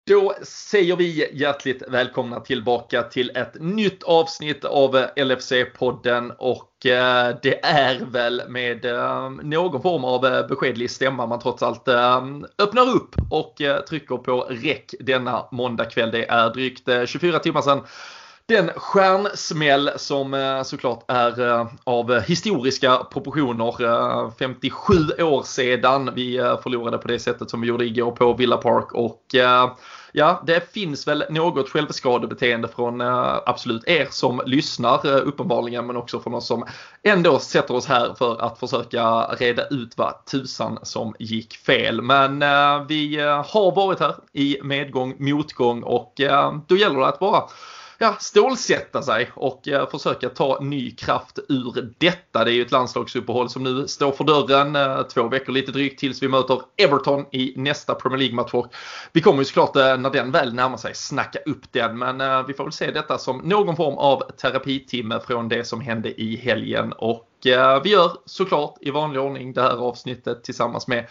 Då säger vi hjärtligt välkomna tillbaka till ett nytt avsnitt av LFC-podden och det är väl med någon form av beskedlig stämma man trots allt öppnar upp och trycker på räck denna måndagkväll. Det är drygt 24 timmar sedan den stjärnsmäll som såklart är av historiska proportioner, 57 år sedan vi förlorade på det sättet som vi gjorde igår på Villa Park och ja, det finns väl något självskadebeteende från absolut er som lyssnar uppenbarligen, men också från oss som ändå sätter oss här för att försöka reda ut vad tusan som gick fel. Men vi har varit här i medgång, motgång och då gäller det att bara stålsätta sig och försöka ta ny kraft ur detta. Det är ju ett landslagsuppehåll som nu står för dörren. 2 veckor lite drygt tills vi möter Everton i nästa Premier League-match. Vi kommer ju såklart när den väl närmar sig snacka upp den, men vi får väl se detta som någon form av terapitimme från det som hände i helgen. Och vi gör såklart i vanlig ordning det här avsnittet tillsammans med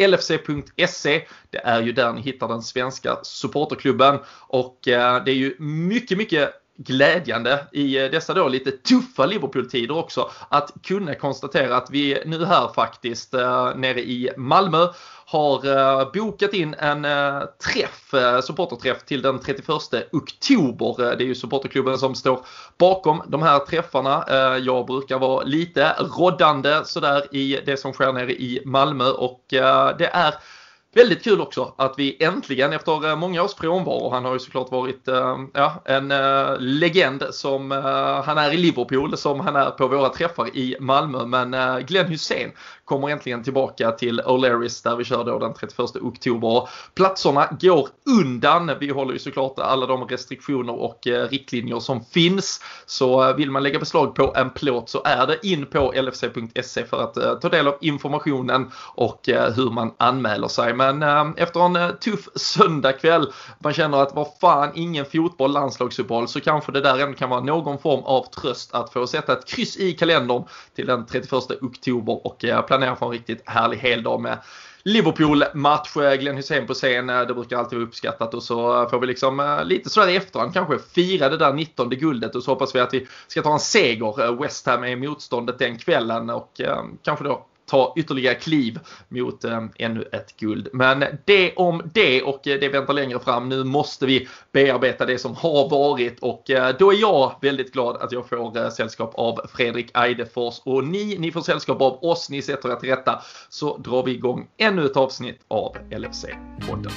LFC.se. Det är ju där ni hittar den svenska supporterklubben och det är ju mycket glädjande i dessa då lite tuffa Liverpool-tider också att kunna konstatera att vi nu här faktiskt nere i Malmö har bokat in en supporterträff till den 31 oktober. Det är ju supporterklubben som står bakom de här träffarna. Jag brukar vara lite roddande sådär i det som sker nere i Malmö och det är väldigt kul också att vi äntligen efter många års frånvaro, han har ju såklart varit en legend som han är i Liverpool, som han är på våra träffar i Malmö, men Glenn Hussein kommer äntligen tillbaka till O'Learys där vi kör då den 31 oktober. Platserna går undan. Vi håller ju såklart alla de restriktioner och riktlinjer som finns. Så vill man lägga beslag på en plåt så är det in på lfc.se för att ta del av informationen och hur man anmäler sig. Men efter en tuff söndagkväll, man känner att vad fan, ingen fotboll, landslagsuppehåll, så kanske det där ändå kan vara någon form av tröst att få sätta ett kryss i kalendern till den 31 oktober och planera för en riktigt härlig heldag med Liverpool-match, Glenn Hussein på scen. Det brukar alltid vara uppskattat och så får vi liksom lite sådär i efterhand kanske fira det där 19:e guldet och så hoppas vi att vi ska ta en seger. West Ham är motståndet den kvällen och kanske då ta ytterligare kliv mot ännu ett guld. Men det om det, och det väntar längre fram. Nu måste vi bearbeta det som har varit och då är jag väldigt glad att jag får sällskap av Fredrik Eidefors och ni får sällskap av oss, ni sätter er till rätta, så drar vi igång ännu ett avsnitt av LFC-podden.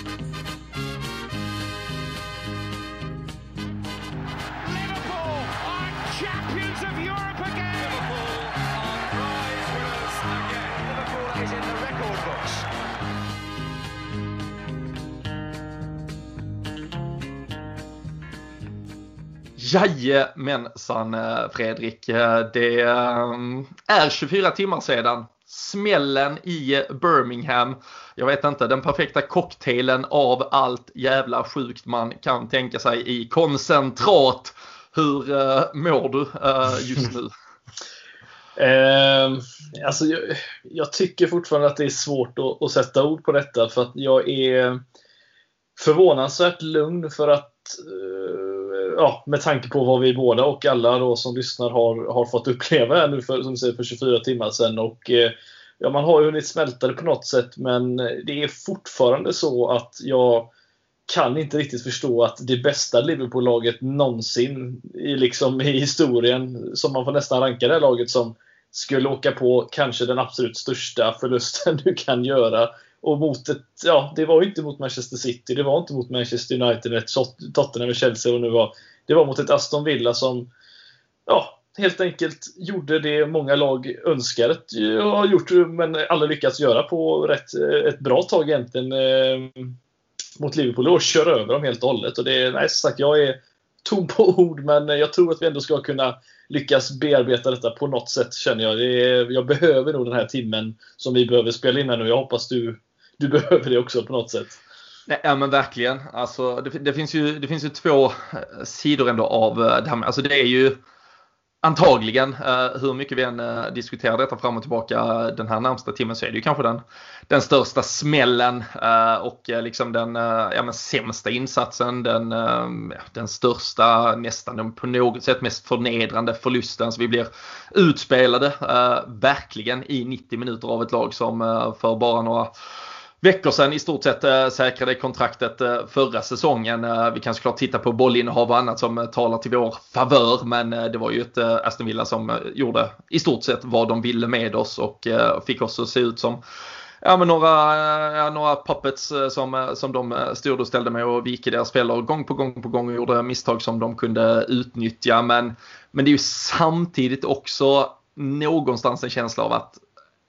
Jajamensan Fredrik, det är 24 timmar sedan smällen i Birmingham. Jag vet inte, den perfekta cocktailen av allt jävla sjukt man kan tänka sig i koncentrat. Hur mår du just nu? Alltså jag tycker fortfarande att det är svårt att sätta ord på detta, för att jag är förvånansvärt lugn för att med tanke på vad vi båda och alla då som lyssnar har fått uppleva här nu för 24 timmar sedan, och man har ju hunnit smälta det på något sätt, men det är fortfarande så att jag kan inte riktigt förstå att det bästa Liverpool-laget någonsin i historien, som man får nästan ranka det här laget som, skulle åka på kanske den absolut största förlusten du kan göra. Och mot det var ju inte mot Manchester City, det var inte mot Manchester United, Tottenham och Chelsea, och det var mot ett Aston Villa som helt enkelt gjorde det många lag önskade har gjort, men alla lyckats göra på ett bra tag egentligen mot Liverpool, och köra över dem helt och hållet. Och det är sagt, jag är tom på ord, men jag tror att vi ändå ska kunna lyckas bearbeta detta på något sätt, känner jag. Jag behöver nog den här timmen som vi behöver spela in nu. Jag hoppas du behöver det också på något sätt. Nej, men verkligen. Alltså, det finns ju två sidor ändå av det här. Alltså, det är ju antagligen, hur mycket vi än diskuterar detta fram och tillbaka den här närmsta timmen, så är det ju kanske den största smällen och liksom den sämsta insatsen, den största, nästan på något sätt mest förnedrande förlusten. Så vi blir utspelade verkligen i 90 minuter av ett lag som för bara några veckor sedan i stort sett säkrade kontraktet förra säsongen. Vi kan såklart titta på bollinnehav och annat som talar till vår favör, men det var ju ett Aston Villa som gjorde i stort sett vad de ville med oss och fick oss att se ut som några puppets som de styrde och ställde med, och vi gick i deras spelare gång på gång och gjorde misstag som de kunde utnyttja. Men det är ju samtidigt också någonstans en känsla av att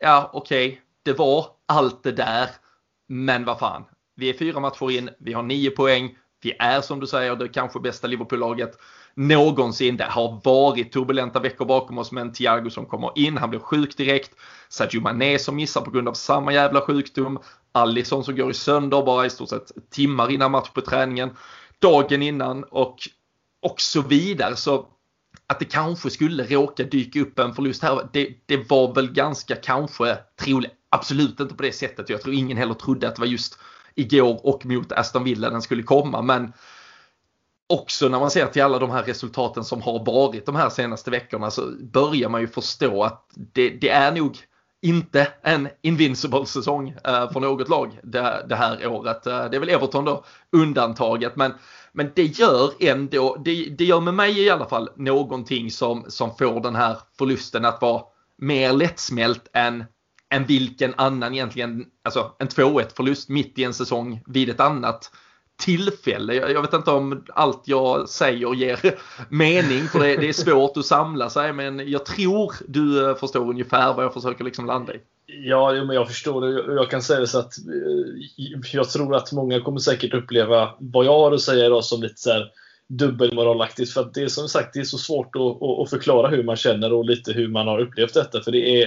det var allt det där. Men vad fan, vi är 4 matcher in, vi har 9 poäng, vi är som du säger det kanske bästa Liverpool-laget någonsin. Det har varit turbulenta veckor bakom oss med en Thiago som kommer in, han blir sjuk direkt, Sadio Mané som missar på grund av samma jävla sjukdom, Alisson som går i sönder bara i stort sett timmar innan match på träningen, dagen innan och så vidare. Så att det kanske skulle råka dyka upp en förlust här, det var väl ganska kanske troligt. Absolut inte på det sättet. Jag tror ingen heller trodde att det var just igår och mot Aston Villa den skulle komma. Men också när man ser till alla de här resultaten som har varit de här senaste veckorna, så börjar man ju förstå att det är nog inte en invincible säsong för något lag det här året. Det är väl Everton då undantaget. Men det gör ändå, det gör med mig i alla fall någonting som får den här förlusten att vara mer lättsmält än vilken annan egentligen, alltså en 2-1 förlust mitt i en säsong vid ett annat tillfälle. Jag vet inte om allt jag säger ger mening, för det är svårt att samla sig, men jag tror du förstår ungefär vad jag försöker liksom landa i. Ja, men jag förstår det. Jag kan säga så att jag tror att många kommer säkert uppleva vad jag har att säga idag som lite så här dubbelmoralaktigt, för att det är som sagt, det är så svårt att förklara hur man känner och lite hur man har upplevt detta, för det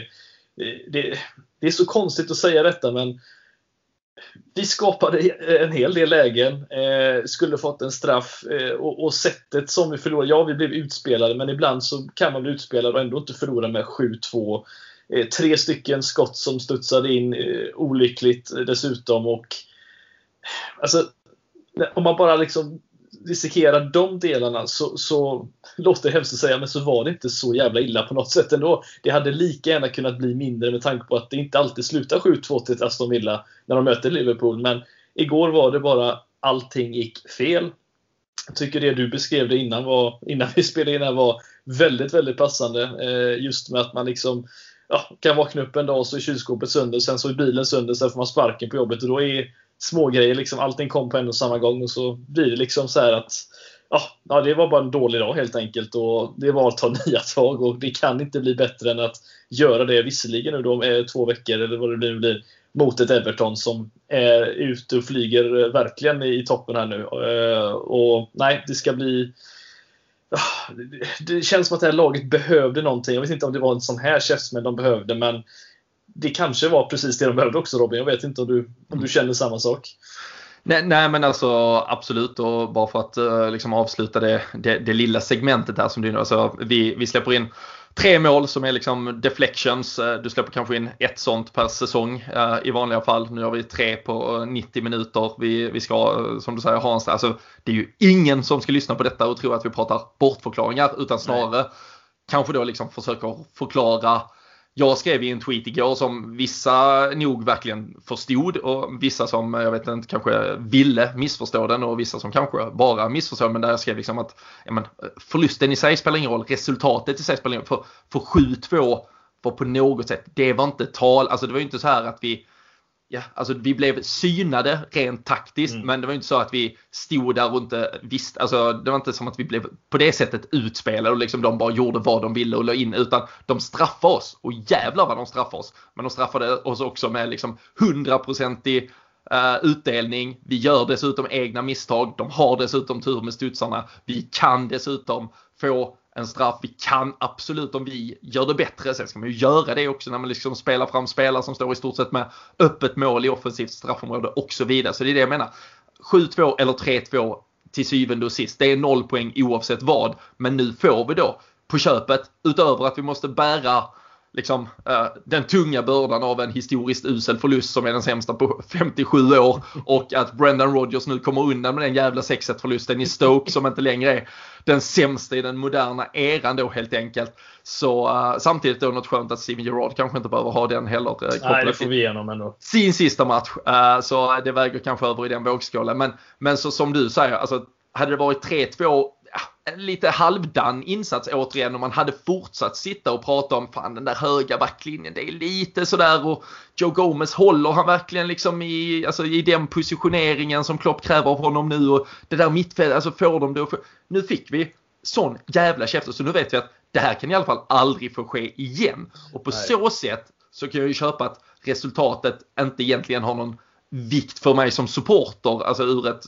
är så konstigt att säga detta, men vi skapade en hel del lägen, skulle fått en straff, och sättet som vi förlorade, ja vi blev utspelade, men ibland så kan man bli utspelad och ändå inte förlora med 7-2. 3 stycken skott som studsade in olyckligt dessutom, och alltså om man bara liksom dissekerar de delarna så låter det hemskt att säga, men så var det inte så jävla illa på något sätt ändå. Det hade lika gärna kunnat bli mindre med tanke på att det inte alltid slutar 7-2 till Aston Villa när de möter Liverpool, men igår var det bara allting gick fel. Jag tycker det du beskrev det innan vi spelade in här var väldigt, väldigt passande, just med att man liksom kan vakna upp en dag och så är kylskåpet sönder, sen så är bilen sönder, sen får man sparken på jobbet, och då är små grejer liksom, allting kom på en och samma gång, och så blir det liksom så här att det var bara en dålig dag helt enkelt, och det var att ta nya tag, och det kan inte bli bättre än att göra det, visserligen nu då 2 veckor eller vad det blir mot ett Everton som är ute och flyger verkligen i toppen här nu, och nej, det ska bli det känns som att det här laget behövde någonting. Jag vet inte om det var en sån här käftsmäll de behövde, men det kanske var precis det de behövde också, Robin. Jag vet inte om du känner samma sak. Nej, men alltså absolut, och bara för att liksom avsluta det lilla segmentet här som du, alltså vi släpper in 3 mål som är liksom deflections. Du släpper kanske in 1 sånt per säsong i vanliga fall. Nu har vi 3 på 90 minuter. Vi ska, som du säger, ha en, alltså det är ju ingen som ska lyssna på detta och tro att vi pratar bortförklaringar, utan snarare kanske då liksom försöker förklara. Jag skrev i en tweet igår som vissa nog verkligen förstod, och vissa som jag vet inte kanske ville missförstå den, och vissa som kanske bara missförstod. Men där jag skrev liksom att förlusten i sig spelar ingen roll, resultatet i sig spelar ingen roll. För 7-2 var på något sätt, det var inte tal, alltså det var ju inte så här att vi blev synade rent taktiskt, men det var inte så att vi stod där och inte visste, alltså det var inte som att vi blev på det sättet utspelade och liksom de bara gjorde vad de ville och la in, utan de straffade oss, och jävlar vad de straffade oss, men de straffade oss också med liksom 100% utdelning. Vi gör dessutom egna misstag, de har dessutom tur med studsarna, vi kan dessutom få en straff. Vi kan absolut, om vi gör det bättre, sen ska man ju göra det också när man liksom spelar fram spelare som står i stort sett med öppet mål i offensivt straffområde och så vidare. Så det är det jag menar. 7-2 eller 3-2 till syvende och sist. Det är 0 poäng oavsett vad. Men nu får vi då på köpet, utöver att vi måste bära liksom, den tunga bördan av en historiskt usel förlust som är den sämsta på 57 år, och att Brendan Rodgers nu kommer undan med den jävla 6-1-förlusten i Stoke som inte längre är den sämsta i den moderna eran då, helt enkelt. Så samtidigt då något skönt att Steven Gerrard kanske inte behöver ha den heller Nej, det får vi igenom ändå. Sin sista match, så det väger kanske över i den vågskålen. Men så som du säger, alltså, hade det varit 3-2, en lite halvdan insats återigen, om man hade fortsatt sitta och prata om fan den där höga backlinjen, det är lite sådär, och Joe Gomez håller han verkligen liksom i den positioneringen som Klopp kräver av honom nu, och det där mittfältet, alltså får de det, nu fick vi sån jävla käft, så nu vet vi att det här kan i alla fall aldrig få ske igen, och på så sätt så kan jag ju köpa att resultatet inte egentligen har någon vikt för mig som supporter, alltså ur ett,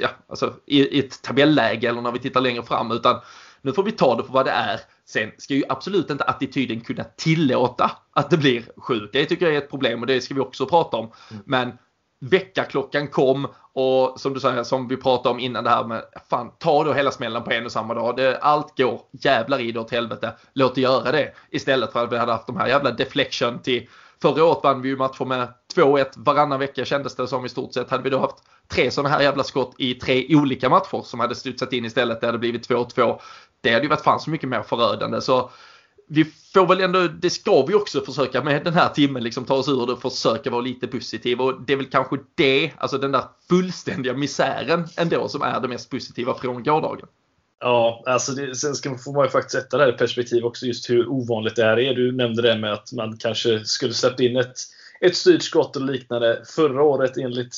i ett tabelläge eller när vi tittar längre fram, utan nu får vi ta det för vad det är. Sen ska ju absolut inte attityden kunna tillåta att det blir 7. Det tycker jag är ett problem, och det ska vi också prata om. Men veckaklockan kom, och som du säger, som vi pratade om innan det här med, fan, ta då hela smällen på en och samma dag. Allt går jävlar i det åt helvete. Låt det göra det. Istället för att vi hade haft de här jävla deflection till. Förra året vann vi ju matcher med 2-1 varannan vecka, kändes det som i stort sett. Hade vi då haft 3 sådana här jävla skott i 3 olika matcher som hade studsat in istället, det hade blivit 2-2. Det hade ju varit fan så mycket mer förödande. Så vi får väl ändå, det ska vi också försöka med den här timmen, liksom ta oss ur det och försöka vara lite positiv. Och det är väl kanske det, alltså den där fullständiga misären ändå, som är det mest positiva från gårdagen. Ja, alltså sen får man ju faktiskt sätta det här i perspektiv också, just hur ovanligt det här är. Du nämnde det med att man kanske skulle släppt in ett styrt skott och liknande. Förra året, enligt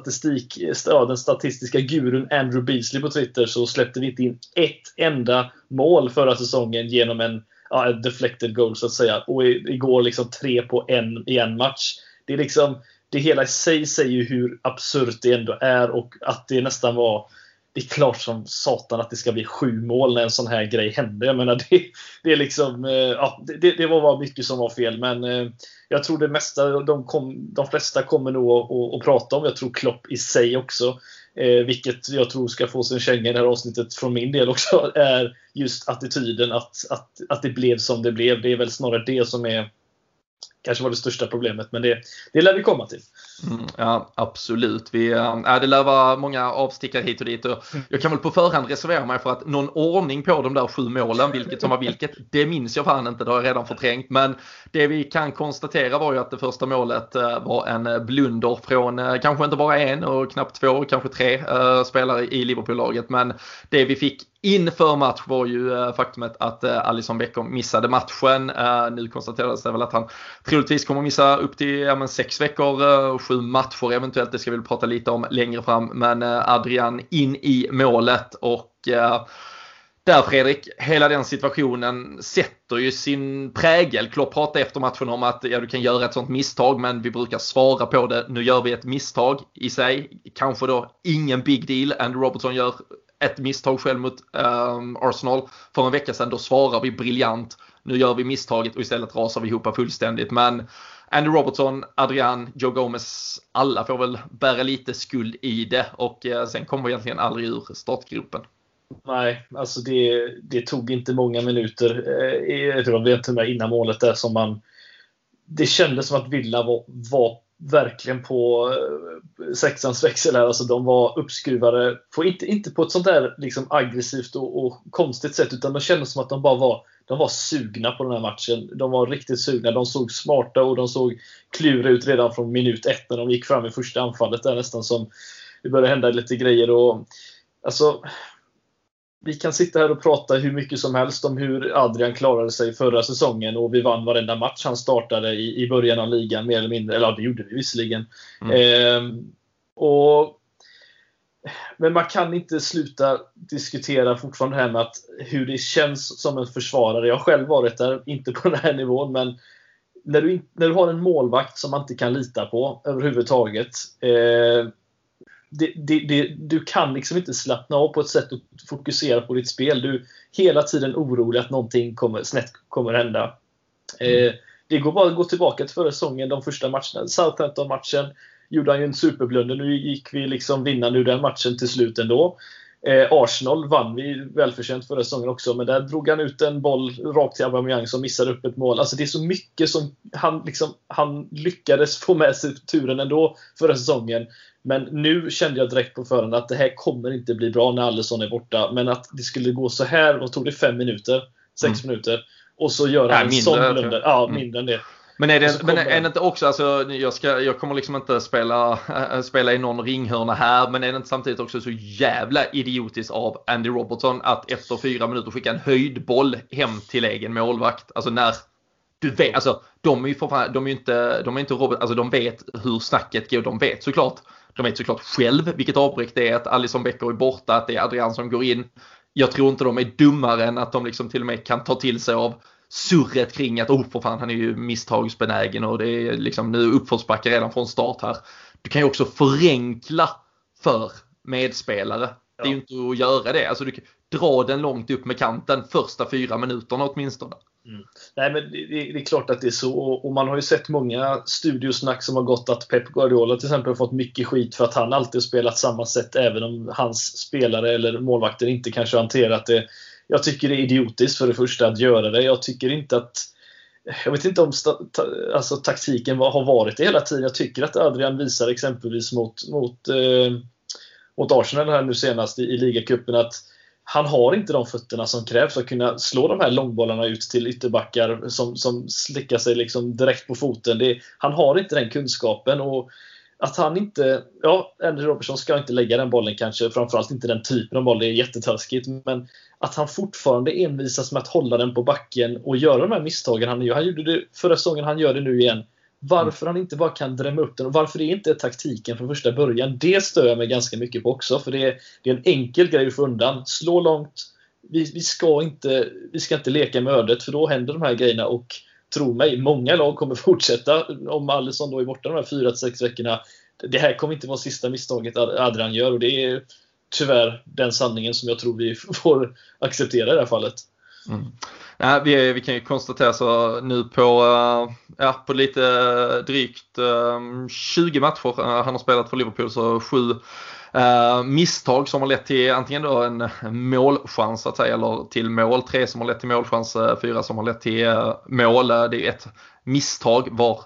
den statistiska gurun Andrew Beasley på Twitter, så släppte vi inte in ett enda mål förra säsongen genom en deflected goal, så att säga. Och igår liksom 3 på i en match. Det är liksom, det hela i sig säger ju hur absurt det ändå är, och att det nästan var, det är klart som satan att det ska bli 7 mål när en sån här grej händer. Jag menar, det är liksom, det var mycket som var fel, men jag tror det mesta, de flesta kommer nog att prata om. Jag tror Klopp i sig också, vilket jag tror ska få sin känga i det här avsnittet från min del också, är just attityden, att det blev som det blev. Det är väl snarare det som är kanske var det största problemet, men det lär vi komma till. Ja, absolut. Det lär vara många avstickare hit och dit, och jag kan väl på förhand reservera mig för att någon ordning på de där 7 målen, vilket som var vilket, det minns jag fan inte, det har jag redan förträngt. Men det vi kan konstatera var ju att det första målet var en blunder från kanske inte bara en och knappt 2, kanske 3 spelare i Liverpool-laget, men det vi fick inför match var ju faktumet att Alisson Becker missade matchen. Nu konstaterades det väl att han troligtvis kommer missa upp till 6 veckor, 7 matcher eventuellt. Det ska vi prata lite om längre fram. Men Adrian in i målet, och där, Fredrik, hela den situationen sätter ju sin prägel. Klopp pratade efter matchen om att du kan göra ett sånt misstag, men vi brukar svara på det. Nu gör vi ett misstag i sig. Kanske då ingen big deal. Andrew Robertson gör ett misstag själv mot Arsenal för en vecka sedan. Då svarar vi briljant. Nu gör vi misstaget och istället rasar vi ihop fullständigt. Men Andrew Robertson, Adrian, Joe Gomez, alla får väl bära lite skuld i det. Och sen kommer vi egentligen aldrig ur startgruppen. Nej, alltså det tog inte många minuter. Jag tror det var innan målet där som det kändes som att Villa var verkligen på 6ans växel här. Alltså de var uppskruvade inte på ett sånt där liksom aggressivt och konstigt sätt, utan de kändes som att de var sugna på den här matchen. De var riktigt sugna, de såg smarta och de såg klura ut redan från minut 1 när de gick fram i första anfallet där, nästan som det började hända lite grejer. Och alltså, vi kan sitta här och prata hur mycket som helst om hur Adrian klarade sig förra säsongen, och vi vann varenda match han startade i början av ligan mer eller mindre, eller det gjorde vi visserligen. Men man kan inte sluta diskutera fortfarande det här med hur det känns som en försvarare. Jag har själv varit där, inte på den här nivån, men när du har en målvakt som man inte kan lita på överhuvudtaget, du kan liksom inte slappna av på ett sätt och fokusera på ditt spel. Du är hela tiden orolig att någonting snett kommer hända. Det går bara att gå tillbaka till förra säsongen, de första matcherna. Southampton-matchen gjorde han ju en superblunder. Nu gick vi liksom vinnande ur den matchen till slut ändå. Arsenal vann vi välförtjänt förra säsongen också, men där drog han ut en boll rakt till Aubameyang som missade upp ett mål. Alltså det är så mycket som han lyckades få med sig turen ändå förra säsongen. Men nu kände jag direkt på förhand att det här kommer inte bli bra när Alisson är borta. Men att det skulle gå så här, vad tog det, 5 minuter? 6 minuter? Och så gör han en sån blunder. Ja, mindre än det. Men är det inte också, alltså, jag kommer liksom inte spela i någon ringhörna här, men är det inte samtidigt också så jävla idiotiskt av Andy Robertson att efter 4 minuter skicka en höjdboll hem till egen målvakt? Alltså när du vet, alltså de är inte Robert, alltså de vet hur snacket går, de vet såklart själv vilket avbräck det är, att Alisson Becker är borta, att det är Adrian som går in. Jag tror inte de är dummare än att de liksom till och med kan ta till sig av surret kring att för fan, han är ju misstagsbenägen och det är liksom nu uppförsbacka redan från start här. Du kan ju också förenkla för medspelare. Ja. Det är ju inte att göra det. Alltså du kan dra den långt upp med kanten första 4 minuterna åtminstone. Nej, men det är klart att det är så, och man har ju sett många studiosnack som har gått att Pep Guardiola till exempel har fått mycket skit för att han alltid spelat samma sätt även om hans spelare eller målvakter inte kanske har hanterat det. Jag tycker det är idiotiskt för det första att göra det. Jag tycker inte att, jag vet inte om alltså, taktiken har varit det hela tiden. Jag tycker att Adrian visar exempelvis mot Arsenal här nu senast i ligacupen att han har inte de fötterna som krävs för att kunna slå de här långbollarna ut till ytterbackar som slickar sig liksom direkt på foten. Han har inte den kunskapen, och att han inte, Andy Robertson ska inte lägga den bollen kanske, framförallt inte den typen av boll, det är jättetaskigt, men att han fortfarande envisas med att hålla den på backen och göra de här misstagen han gjorde det förra säsongen, han gör det nu igen. Varför han inte bara kan drämma upp den, och varför det inte är taktiken från första början, det stör jag mig ganska mycket på också, för det är en enkel grej att få undan. Slå långt, vi ska inte leka med ödet, för då händer de här grejerna, och tro mig, många lag kommer fortsätta om Alisson då är borta de här 4-6 veckorna. Det här kommer inte vara sista misstaget Adrian gör, och det är tyvärr den sanningen som jag tror vi får acceptera i det här fallet. Ja, vi kan ju konstatera så nu på lite drygt 20 matcher han har spelat för Liverpool, så 7 misstag som har lett till antingen då en målchans så att säga, eller till mål, 3 som har lett till målchans, 4 som har lett till mål. Det är ett misstag var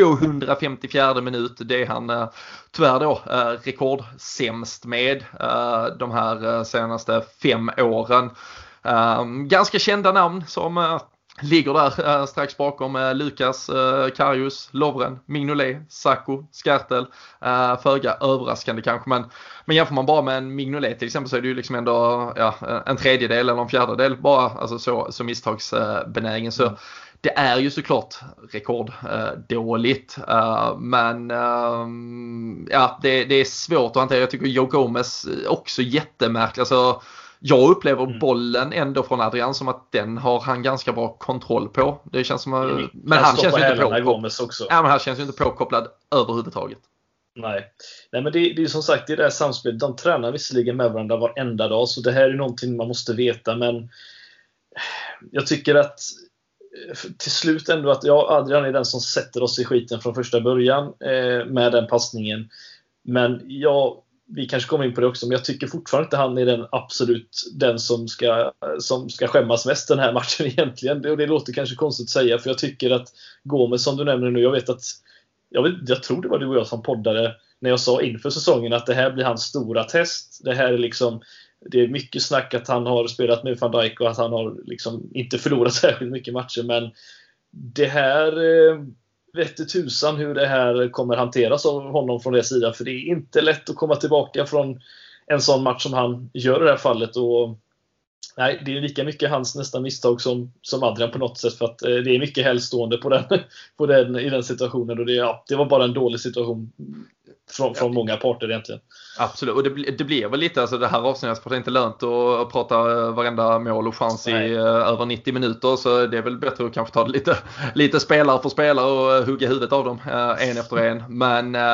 254 minut. Det är han tyvärr då rekordsämst med de här senaste 5 åren. Ganska kända namn som ligger där strax bakom Lukas, Karius, Lovren, Mignolet, Sacco, Skrtel. Föga överraskande kanske, men jämför man bara med en Mignolet till exempel, så är det ju liksom ändå en tredjedel eller en fjärdedel bara, alltså så misstagsbenägen. Så det är ju såklart rekorddåligt, men det är svårt att hantera. Jag tycker Joe Gomez också jättemärkligt. Alltså, jag upplever bollen ändå från Adrian som att den har han ganska bra kontroll på. Det känns som men han känns ju inte han känns ju inte påkopplad överhuvudtaget. Nej, men det är som sagt, det är det här samspelet. De tränar visserligen med varandra varenda dag, så det här är någonting man måste veta, men jag tycker att till slut ändå att Adrian är den som sätter oss i skiten från första början med den passningen. Men vi kanske kommer in på det också, men jag tycker fortfarande inte han är den som ska skämmas mest den här matchen egentligen. Och det låter kanske konstigt att säga, för jag tycker att Gomes, som du nämner nu, jag tror det var du och jag som poddade när jag sa inför säsongen att det här blir hans stora test. Det här är liksom, det är mycket snack att han har spelat med Van Dijk och att han har liksom inte förlorat särskilt mycket matcher, men det här vet du tusan hur det här kommer hanteras av honom från det sidan, för det är inte lätt att komma tillbaka från en sån match som han gör i det här fallet. Och nej, det är lika mycket hans nästa misstag som Adrian på något sätt, för att det är mycket helstående på den i den situationen, och det var bara en dålig situation från många parter egentligen. Absolut, och det blir väl lite, alltså det här avsnittet, för det är inte lönt att prata varenda mål och chans i över 90 minuter, så det är väl bättre att kanske ta det lite spelare för spelare och hugga huvudet av dem en efter en. Men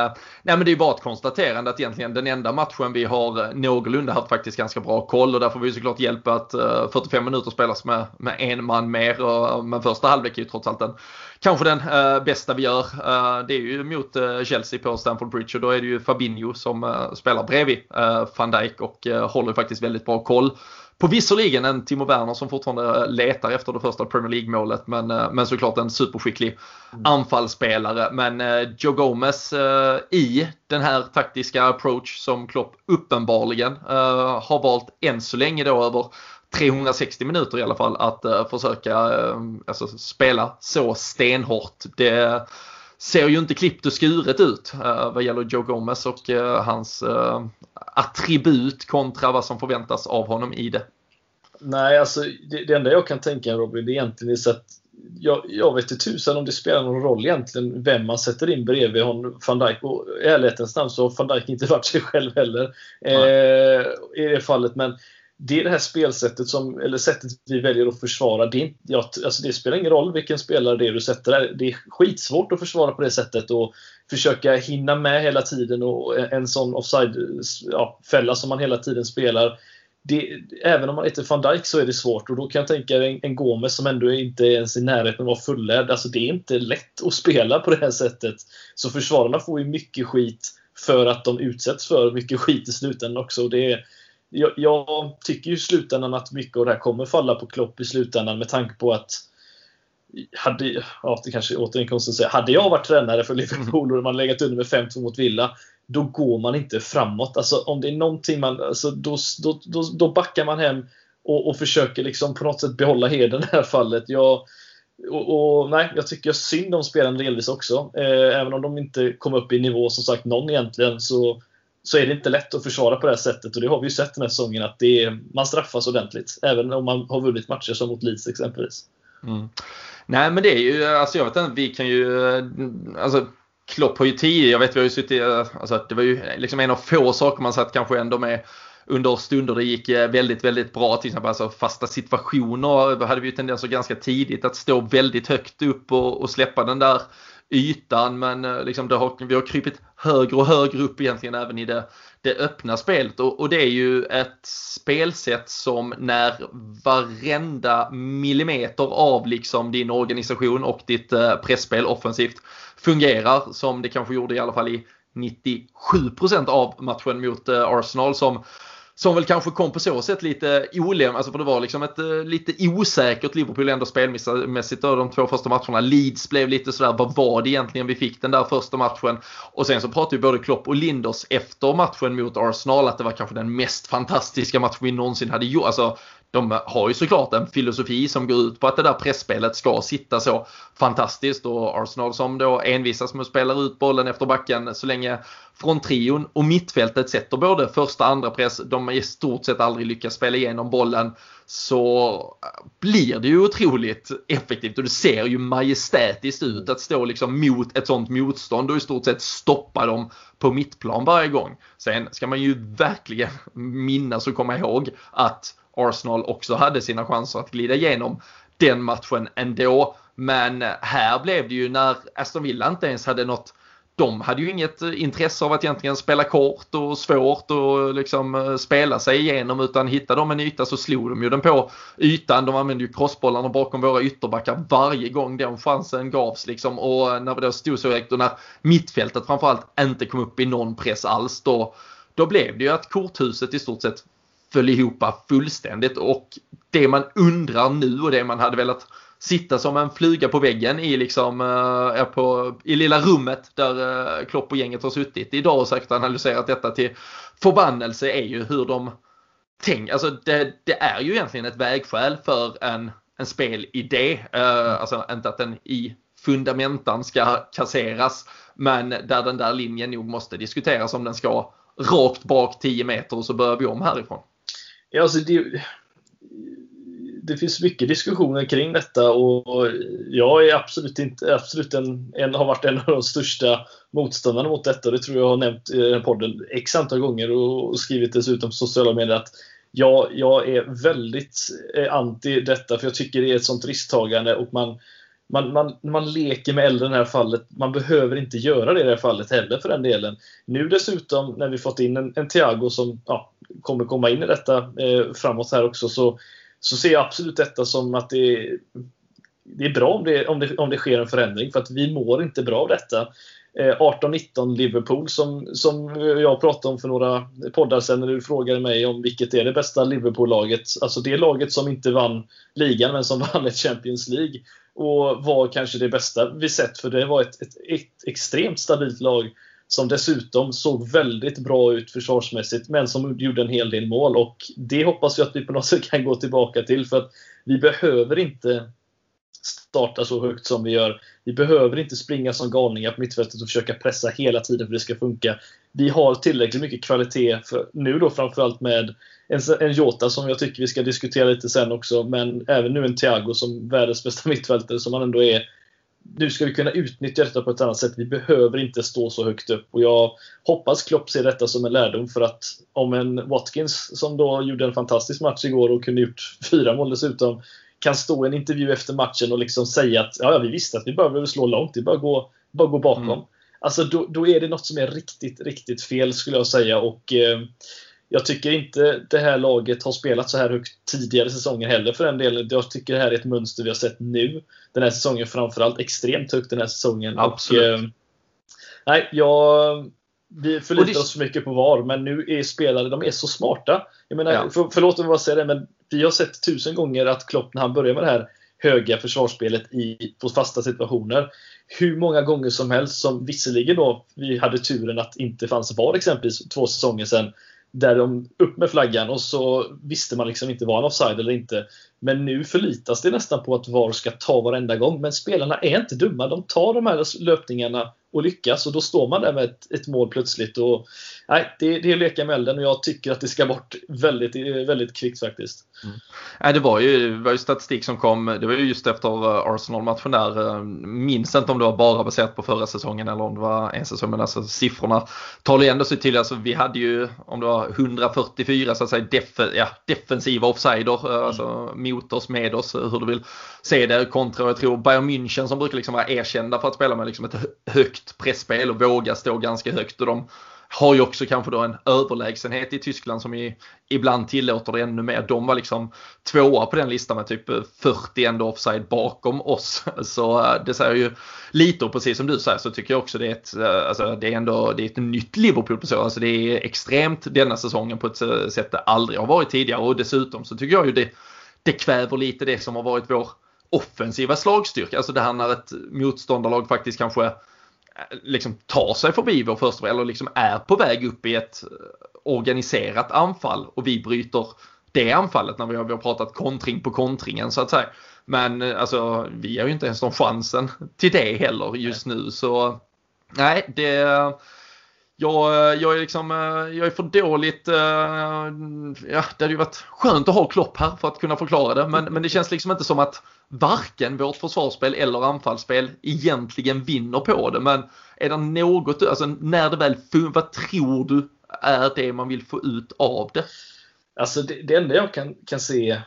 Nej, men det är ju bara ett konstaterande att egentligen den enda matchen vi har någorlunda haft faktiskt ganska bra koll, och där får vi såklart hjälpa att 45 minuter spelas med en man mer, men första halvlek är ju trots allt kanske den bästa vi gör. Det är ju mot Chelsea på Stamford Bridge, och då är det ju Fabinho som spelar bredvid Van Dijk och håller faktiskt väldigt bra koll på visserligen en Timo Werner som fortfarande letar efter det första Premier League-målet, men såklart en superskicklig anfallsspelare. Men Joe Gomez i den här taktiska approach som Klopp uppenbarligen har valt än så länge då över 360 minuter i alla fall att försöka spela så stenhårt. Det ser ju inte klippt och skuret ut vad gäller Joe Gomez och hans attribut kontra vad som förväntas av honom i det. Nej, alltså det enda jag kan tänka, Robin, det är egentligen så att jag vet inte tusan om det spelar någon roll egentligen vem man sätter in bredvid honom, Van Dijk. Och i ärlighetens namn så har Van Dijk inte varit sig själv heller i det fallet, men det är det här spelsättet eller sättet vi väljer att försvara. Det spelar ingen roll vilken spelare det är du sätter där. Det är skitsvårt att försvara på det sättet och försöka hinna med hela tiden, och en sån offside-fälla som man hela tiden spelar. Även om man heter Van Dijk så är det svårt, och då kan jag tänka en Gomez som ändå inte ens i närheten av att vara fullärd. Alltså det är inte lätt att spela på det här sättet. Så försvararna får ju mycket skit för att de utsätts för mycket skit i slutändan också. Jag tycker ju i slutändan att mycket av det här kommer falla på Klopp i slutändan, med tanke på att det kanske återigen konstigt att säga, hade jag varit tränare för Liverpool och man legat under med 5-2 mot Villa, då går man inte framåt. Alltså om det är någonting då backar man hem och försöker liksom på något sätt behålla heden i det här fallet. Jag tycker synd om spelarna delvis också, även om de inte kom upp i nivå som sagt någon egentligen, så är det inte lätt att försvara på det här sättet, och det har vi ju sett den här säsongen att man straffas ordentligt även om man har vunnit matcher som mot Leeds exempelvis. Nej, men det är ju, alltså jag vet inte, vi kan ju, alltså Klopp har ju 10, jag vet vi har ju suttit, alltså det var ju liksom en av få saker man satt kanske ändå med under stunder det gick väldigt, väldigt bra, till exempel alltså fasta situationer hade vi ju tendens ganska tidigt att stå väldigt högt upp och släppa den där ytan, men liksom vi har krypit högre och högre upp egentligen även i det öppna spelet, och det är ju ett spelsätt som när varenda millimeter av liksom din organisation och ditt pressspel offensivt fungerar, som det kanske gjorde i alla fall i 97% av matchen mot Arsenal, som väl kanske kom på så sätt lite olem, alltså för det var liksom ett lite osäkert Liverpool ändå spelmässigt av de 2 första matcherna. Leeds blev lite sådär, vad var det egentligen vi fick den där första matchen? Och sen så pratade ju både Klopp och Linders efter matchen mot Arsenal att det var kanske den mest fantastiska matchen vi någonsin hade gjort. Alltså de har ju såklart en filosofi som går ut på att det där pressspelet ska sitta så fantastiskt, och Arsenal som då envisas med att spela ut bollen efter backen så länge från trion och mittfältet sätter både första och andra press, de i stort sett aldrig lyckas spela igenom bollen, så blir det ju otroligt effektivt, och det ser ju majestätiskt ut att stå liksom mot ett sånt motstånd och i stort sett stoppa dem på mittplan varje gång. Sen ska man ju verkligen minnas och komma ihåg att Arsenal också hade sina chanser att glida igenom den matchen ändå. Men här blev det ju när Aston Villa inte ens hade något. De hade ju inget intresse av att egentligen spela kort och svårt och liksom spela sig igenom, utan hittade de en yta så slog de ju den på ytan. De använde ju crossbollarna bakom våra ytterbackar varje gång den chansen gavs liksom. Och när vi då stod så högt och när mittfältet framförallt inte kom upp i någon press alls, då blev det ju att korthuset i stort sett föll ihop fullständigt, och det man undrar nu och det man hade velat sitta som en flyga på väggen i liksom i lilla rummet där Klopp och gänget har suttit idag och sagt analyserat detta till förbannelse, är ju hur de tänker. Alltså det är ju egentligen ett vägskäl för en spelidé, alltså inte att den i fundamentan ska kasseras, men där den där linjen nog måste diskuteras om den ska rakt bak 10 meter och så börjar vi om härifrån. Ja, alltså det finns mycket diskussioner kring detta, och jag är har varit en av de största motståndarna mot detta. Det tror jag har nämnt i den podden x antal gånger och skrivit dessutom på sociala medier att jag är väldigt anti detta, för jag tycker det är ett sånt risktagande, och man leker med elden i det här fallet. Man behöver inte göra det i det här fallet heller för den delen. Nu dessutom när vi fått in en Thiago som kommer komma in i detta framåt här också, så ser jag absolut detta som att det är bra om det sker en förändring, för att vi mår inte bra av detta. 18-19 Liverpool som jag pratade om för några poddar sedan när du frågade mig om vilket är det bästa Liverpool-laget. Alltså det laget som inte vann ligan men som vann ett Champions League och var kanske det bästa vi sett, för det var ett extremt stabilt lag som dessutom såg väldigt bra ut försvarsmässigt men som gjorde en hel del mål, och det hoppas jag att vi på något sätt kan gå tillbaka till, för att vi behöver inte starta så högt som vi gör. Vi behöver inte springa som galningar på mittfältet och försöka pressa hela tiden för att det ska funka. Vi har tillräckligt mycket kvalitet för nu då, framförallt med en Jota som jag tycker vi ska diskutera lite sen också, men även nu en Thiago som världens bästa mittfältare som han ändå är. Nu ska vi kunna utnyttja detta på ett annat sätt. Vi behöver inte stå så högt upp, och jag hoppas Klopp ser detta som en lärdom, för att om en Watkins som då gjorde en fantastisk match igår och kunde gjort 4 mål dessutom kan stå i en intervju efter matchen och liksom säga att ja, vi visste att vi behöver slå långt, vi bara gå bakom. Alltså då är det något som är riktigt, riktigt fel skulle jag säga, och jag tycker inte det här laget har spelat så här högt tidigare säsonger heller för den delen. Jag tycker det här är ett mönster vi har sett nu den här säsongen, framförallt extremt högt den här säsongen. Absolut. Och, vi förlitar oss så mycket på VAR, men nu är spelare, de är så smarta. Jag menar, förlåt mig vad jag säger det, men vi har sett 1000 gånger att Klopp när han börjar med det här höga försvarsspelet på fasta situationer, hur många gånger som helst som visserligen då vi hade turen att inte fanns VAR exempelvis 2 säsonger sedan, där de upp med flaggan och så visste man liksom inte var en offside eller inte. Men nu förlitas det nästan på att VAR ska ta varenda gång. Men spelarna är inte dumma. De tar de här löpningarna och lyckas. Och då står man där med ett mål plötsligt. Och, det är leka med elden, och jag tycker att det ska bort väldigt, väldigt kvickt faktiskt. Det var ju statistik som kom. Det var ju just efter Arsenal-matchen där. Minns inte om det var bara baserat på förra säsongen eller om det var en säsong. Men alltså siffrorna talar ju ändå sig till. Alltså, vi hade ju, om det var 144 så att säga, defensiva offsider. Alltså mot oss, med oss, hur du vill se det, kontra, jag tror Bayern München som brukar liksom vara erkända för att spela med liksom ett högt pressspel och våga stå ganska högt, och de har ju också kanske då en överlägsenhet i Tyskland som ibland tillåter det ännu mer. De var liksom 2 på den listan med typ 40 ändå offside bakom oss. Så det säger ju lite, och precis som du säger så tycker jag också det är ett nytt Liverpool på så. Alltså det är extremt denna säsongen på ett sätt det aldrig har varit tidigare, och dessutom så tycker jag ju det kväver lite det som har varit vår offensiva slagstyrka. Alltså det här när ett motståndarlag faktiskt kanske liksom tar sig förbi vår första, eller liksom är på väg upp i ett organiserat anfall, och vi bryter det anfallet när vi har pratat kontring på kontringen så att säga. Men alltså vi har ju inte ens någon chansen till det heller just nu, så nej, jag är för dåligt. Det hade ju varit skönt att ha Klopp här för att kunna förklara det, men det känns liksom inte som att varken vårt försvarsspel eller anfallsspel egentligen vinner på det. Men är det något, alltså när det väl vad tror du är det man vill få ut av det? Alltså det enda jag kan se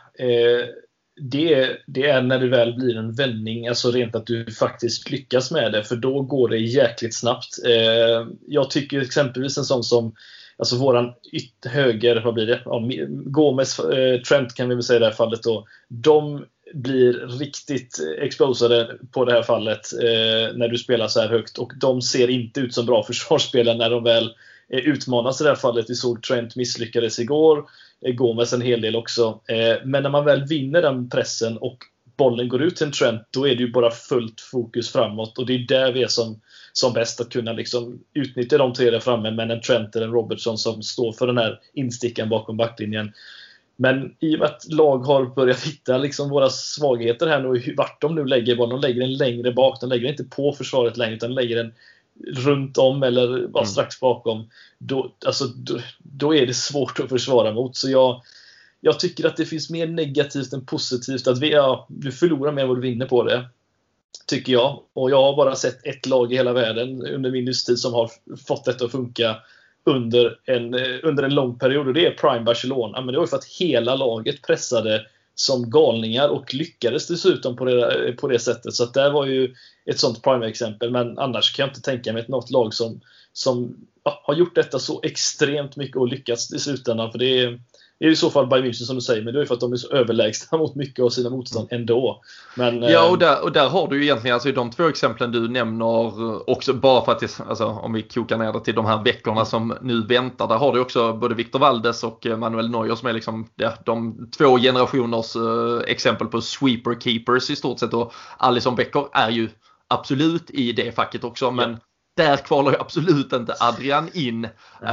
det är när det väl blir en vändning, alltså rent att du faktiskt lyckas med det, för då går det jäkligt snabbt. Jag tycker exempelvis en sån som alltså våran höger, vad blir det? Gomez, Trent kan vi väl säga i det här fallet då. De blir riktigt exposade på det här fallet när du spelar så här högt, och de ser inte ut som bra försvarsspelare när de väl utmanas i det här fallet. Vi såg Trent misslyckades igår, Gomez en hel del också, men när man väl vinner den pressen och bollen går ut till en Trent, då är det ju bara fullt fokus framåt, och det är där vi är som bäst, att kunna liksom utnyttja de 3 där framme, men en Trent eller en Robertson som står för den här instickan bakom backlinjen. Men i och med att lag har börjat hitta liksom våra svagheter här nu, vart de nu lägger bollen, de lägger den längre bak, de lägger inte på försvaret längre, utan de lägger den runt om eller bara strax bakom, då är det svårt att försvara mot. Så jag tycker att det finns mer negativt än positivt, att du förlorar mer än vad du vinner på det, tycker jag. Och jag har bara sett ett lag i hela världen under min livstid som har fått detta att funka under en lång period, och det är Prime Barcelona. Men det var ju för att hela laget pressade som galningar och lyckades dessutom på det sättet. Så att där var ju ett sånt prime-exempel. Men annars kan jag inte tänka mig något lag som har gjort detta så extremt mycket och lyckats i slutändan. För det är i så fall Bayern München som du säger, men det är för att de är så överlägsna mot mycket av sina motstånd ändå. Men, ja, och där har du ju egentligen alltså de två exemplen du nämner också, bara för att alltså, om vi kokar ner det till de här veckorna som nu väntar, där har du också både Victor Valdes och Manuel Neuer som är liksom de två generationers exempel på sweeper keepers i stort sett, och Alisson Becker är ju absolut i det facket också, men där kvalar ju absolut inte Adrian in.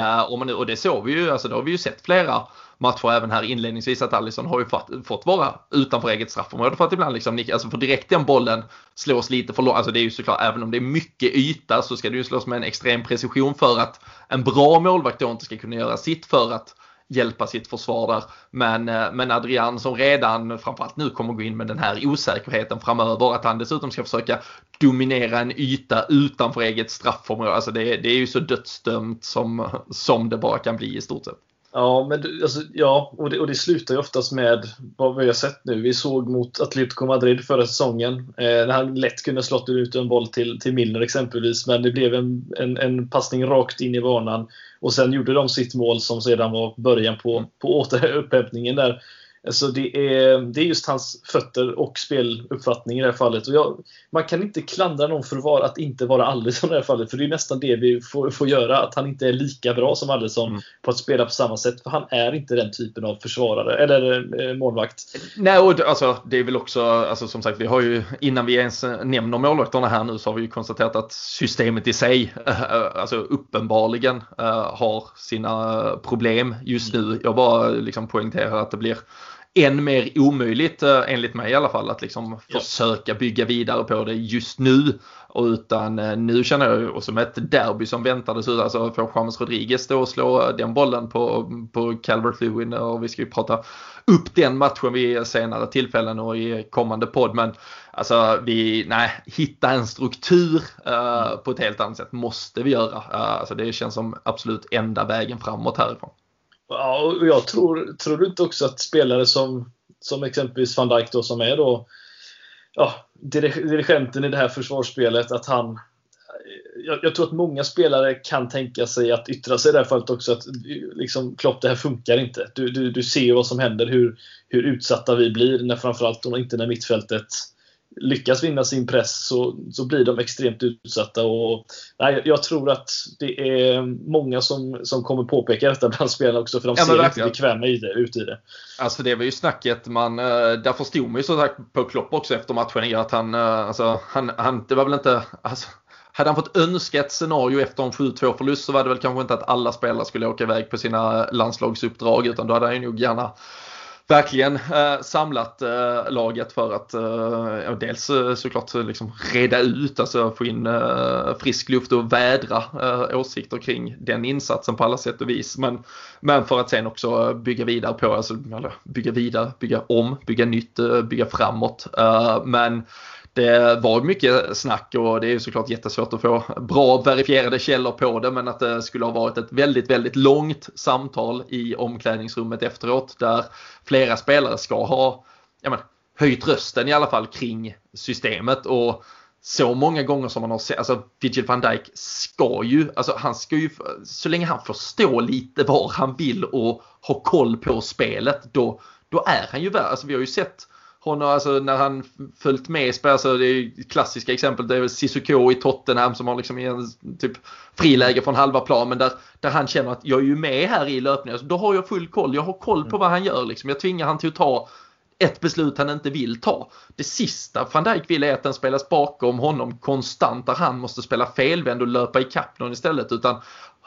Och det såg vi ju, alltså då har vi ju sett flera matcher även här inledningsvis att Alisson har ju fått vara utanför eget straffområde för att ibland liksom, alltså för direkt den bollen slås lite för långt. Alltså det är ju såklart, även om det är mycket yta så ska det ju slås med en extrem precision för att en bra målvakt då inte ska kunna göra sitt för att hjälpa sitt försvar där. Men Adrian som redan framförallt nu kommer gå in med den här osäkerheten framöver, att han dessutom ska försöka dominera en yta utanför eget straffområde. Alltså det är ju så dödsdömt som det bara kan bli i stort sett. Ja, men alltså, och det slutar ju oftast med vad vi har sett nu. Vi såg mot Atletico Madrid förra säsongen när han lätt kunde slått ut en boll till Milner exempelvis, men det blev en passning rakt in i banan och sen gjorde de sitt mål som sedan var början på återupphämtningen där. Alltså det är just hans fötter och speluppfattning i det här fallet. Och man kan inte klandra någon för att inte vara Alisson i det här fallet. För det är nästan det vi får göra. Att han inte är lika bra som Alisson på att spela på samma sätt. För han är inte den typen av försvarare eller målvakt. Nej, och alltså, det är väl också, alltså, som sagt, vi har ju, innan vi ens nämner målvakterna här nu, så har vi ju konstaterat att systemet i sig alltså uppenbarligen har sina problem just nu. Jag bara liksom poängterar att det blir än mer omöjligt, enligt mig i alla fall, att liksom försöka bygga vidare på det just nu. Och utan nu känner jag, och som ett derby som väntades ut, alltså får James Rodriguez då slå den bollen på Calvert-Lewin, och vi ska ju prata upp den matchen vid senare tillfällen och i kommande podd, men alltså hitta en struktur på ett helt annat sätt måste vi göra. Alltså det känns som absolut enda vägen framåt härifrån. Ja, och jag tror du inte också att spelare som exempelvis Van Dijk då, som är då dirigenten i det här försvarsspelet, att han, jag tror att många spelare kan tänka sig att yttra sig i det här fallet också, att liksom, Klopp, det här funkar inte. Du ser vad som händer, hur utsatta vi blir när framförallt när mittfältet lyckas vinna sin press, så blir de extremt utsatta. Och jag tror att det är många som kommer påpeka detta bland spelarna också, för de ser inte bekväma ut i det. Alltså det var ju snacket där förstod man ju så sagt på Klopp också efter matchen, att han det var väl inte, alltså, hade han fått önska ett scenario efter en 7-2 förlust, så var det väl kanske inte att alla spelare skulle åka iväg på sina landslagsuppdrag, utan då hade han ju nog gärna verkligen samlat laget för att dels såklart liksom reda ut, alltså få in frisk luft och vädra åsikter kring den insatsen på alla sätt och vis, men för att sen också bygga vidare på, alltså bygga om, bygga nytt, bygga framåt, men det var mycket snack, och det är såklart jättesvårt att få bra verifierade källor på det, men att det skulle ha varit ett väldigt, väldigt långt samtal i omklädningsrummet efteråt, där flera spelare ska ha höjt rösten i alla fall kring systemet. Och så många gånger som man har sett, alltså Virgil van Dijk han ska ju, så länge han förstår lite vad han vill och har koll på spelet, då är han ju värd. Alltså vi har ju sett honom, alltså när han följt med spel, alltså det är klassiska exempel, det är väl Sissoko i Tottenham som har liksom en typ friläge från halva plan, men där han känner att jag är ju med här i löpningen, alltså, då har jag full koll, jag har koll på vad han gör liksom. Jag tvingar han till att ta ett beslut han inte vill ta. Det sista Van Dijk vill är att den spelas bakom honom konstant, där han måste spela felvänd och löpa i kapp någon istället, utan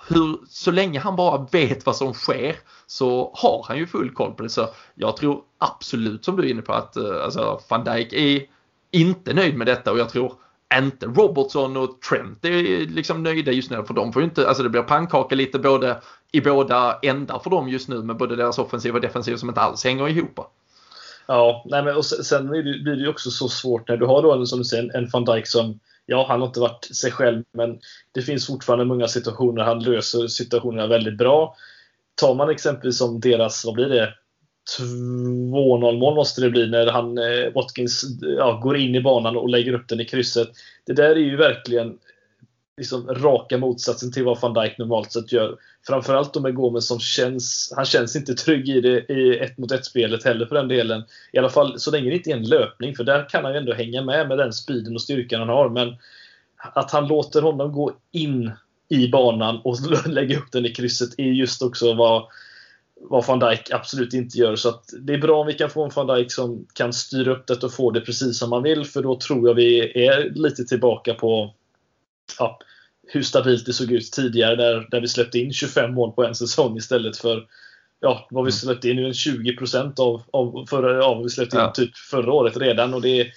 så länge han bara vet vad som sker, så har han ju full koll på det. Så jag tror absolut, som du är inne på, att alltså Van Dijk är inte nöjd med detta, och jag tror inte Robertson och Trent är liksom nöjda just nu, för de får ju inte, alltså det blir pannkaka lite i båda ändar för dem just nu, med både deras offensiv och defensiv som inte alls hänger ihop. Ja, nej, men och sen blir det ju också så svårt när du har då, som du säger, en Van Dijk som, han har inte varit sig själv, men det finns fortfarande många situationer han löser situationerna väldigt bra. Tar man exempelvis som deras, vad blir det, 2-0 mål måste det bli när han Watkins går in i banan och lägger upp den i krysset. Det där är ju verkligen liksom raka motsatsen till vad Van Dijk normalt sett gör. Framförallt då med Gomes som han känns inte trygg i det i 1-mot-1-spelet heller för den delen. I alla fall så länge det inte är en löpning, för där kan han ju ändå hänga med den speeden och styrkan han har. Men att han låter honom gå in i banan och lägga upp den i krysset är just också vad Van Dijk absolut inte gör. Så att det är bra om vi kan få en Van Dijk som kan styra upp det och få det precis som man vill, för då tror jag vi är lite tillbaka på hur stabilt det såg ut tidigare där vi släppte in 25 mål på en säsong istället för vad vi släppte in nu, en 20% av vad vi släppte in typ förra året redan, och det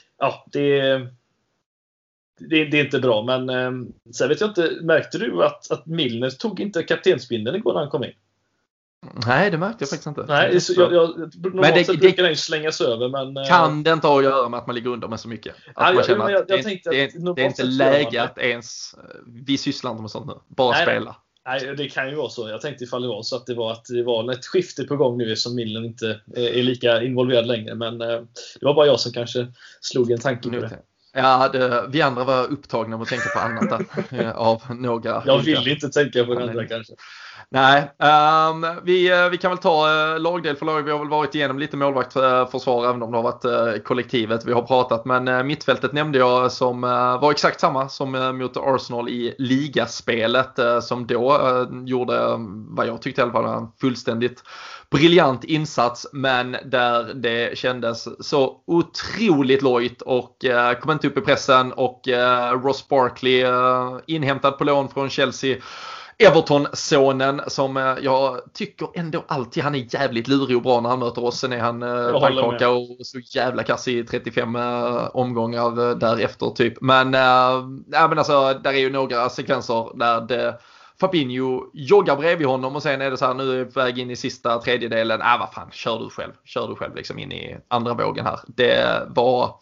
är inte bra. Men sen vet jag inte, märkte du att Milner tog inte kaptensbindeln igår när han kom in? Nej, det märkte jag faktiskt inte. Nej, normalt sett brukar den slängas över, men kan det inte ha att göra med att man ligger under med så mycket? Att man känner att det är inte läge att ens vi sysslar inte med sånt nu, bara spela. Nej, det kan ju vara så. Jag tänkte ifall det var så att det var ett skifte på gång nu som Milner inte är lika involverad längre, men det var bara jag som kanske slog en tanke på det. Ja, vi andra var upptagna med att tänka på annat av några. Jag vill inte tänka på det andra kanske. Nej, vi kan väl ta lagdel för lag. Vi har väl varit igenom lite målvaktförsvar, även om det har varit kollektivet vi har pratat. Men mittfältet nämnde jag som var exakt samma som mot Arsenal i ligaspelet, som då gjorde vad jag tyckte i alla fall en fullständigt briljant insats, men där det kändes så otroligt lojt och kom inte upp i pressen, och Ross Barkley inhämtad på lån från Chelsea, Everton-sonen, som jag tycker ändå alltid han är jävligt lurig och bra när han möter oss. Sen är han pannkaka och så jävla kass i 35 omgångar därefter typ. Men alltså, där är ju några sekvenser där Fabinho joggar bredvid honom, och sen är det så här, nu är vi på väg in i sista tredjedelen. Vad fan, kör du själv liksom in i andra vågen här. Det var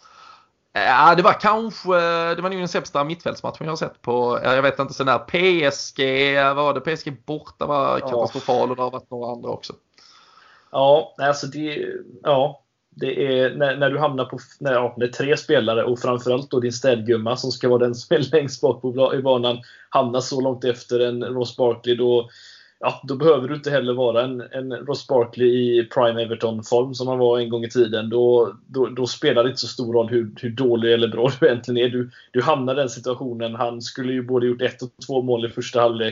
nog den sämsta mittfältsmatchen jag har sett på, jag vet inte, sån där PSG borta var katastrofal, och det har varit några andra också. Ja, alltså det är när du hamnar på när 3 spelare, och framförallt då din städgumma som ska vara den som är längst bak i banan, hamnar så långt efter en Ross Barkley, då behöver du inte heller vara en Ross Barkley i prime Everton-form som han var en gång i tiden. Då spelar det inte så stor roll hur dålig eller bra du egentligen är. Du hamnar i den situationen. Han skulle ju både gjort 1 och 2 mål i första halvlek.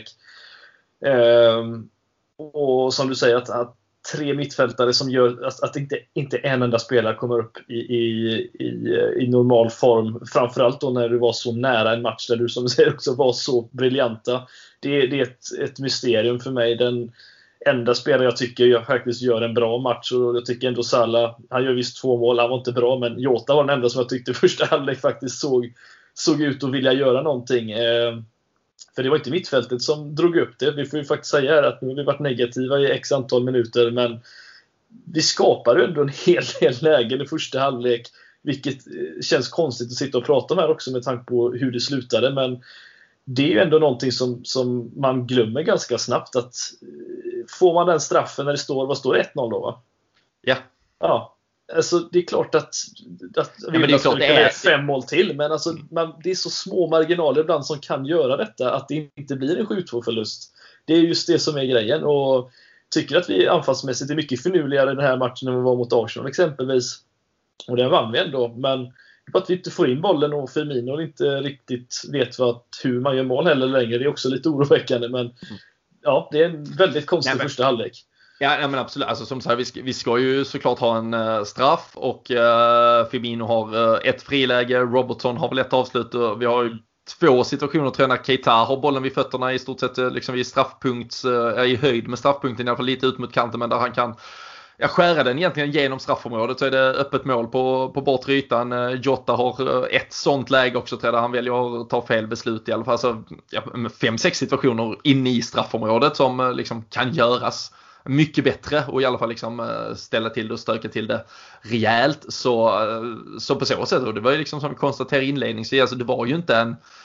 Och som du säger, att 3 mittfältare som gör att inte en enda spelare kommer upp i normal form. Framförallt då när du var så nära en match där du, som du säger, också var så briljanta. Det är ett mysterium för mig. Den enda spelare jag tycker faktiskt gör en bra match, och jag tycker ändå Salah, han gör visst 2 mål, han var inte bra, men Jota var den enda som jag tyckte första halvlek faktiskt såg ut att vilja göra någonting. För det var inte mittfältet som drog upp det. Vi får ju faktiskt säga här att nu har vi varit negativa i x antal minuter, men vi skapar ändå en hel del lägen i första halvlek, vilket känns konstigt att sitta och prata om här också med tanke på hur det slutade. Men det är ju ändå någonting som man glömmer ganska snabbt, att får man den straffen när det står, vad står det, 1-0 då, va? Ja. Alltså det är klart att vi vill ha 5 mål till, men alltså, det är så små marginaler ibland som kan göra detta, att det inte blir en 7-2-förlust. Det är just det som är grejen, och tycker att vi anfallsmässigt är mycket förnuligare i den här matchen än vi var mot Arsenal exempelvis, och den vann vi ändå, men att vi inte får in bollen och Firmino inte riktigt vet hur man gör mål heller längre, det är också lite oroväckande, men det är en väldigt konstig första halvlek. Ja, men absolut. Alltså, som sagt, vi ska ju såklart ha en straff, och Firmino har ett friläge, Robertson har väl ett avslut, och vi har ju 2 situationer tror jag när Keita har bollen vid fötterna i stort sett liksom vid straffpunkt, i höjd med straffpunkten, i alla fall lite ut mot kanten, men där han kan skära den egentligen genom straffområdet, så är det öppet mål på bortre ytan. Jota har ett sånt läge också, tror jag, han väljer att ta fel beslut i alla fall. Så 5-6 situationer inne i straffområdet som liksom kan göras mycket bättre, och i alla fall liksom ställa till det och stöka till det rejält. Så på så sätt, och det var ju liksom som vi konstaterade inledningsvis, alltså det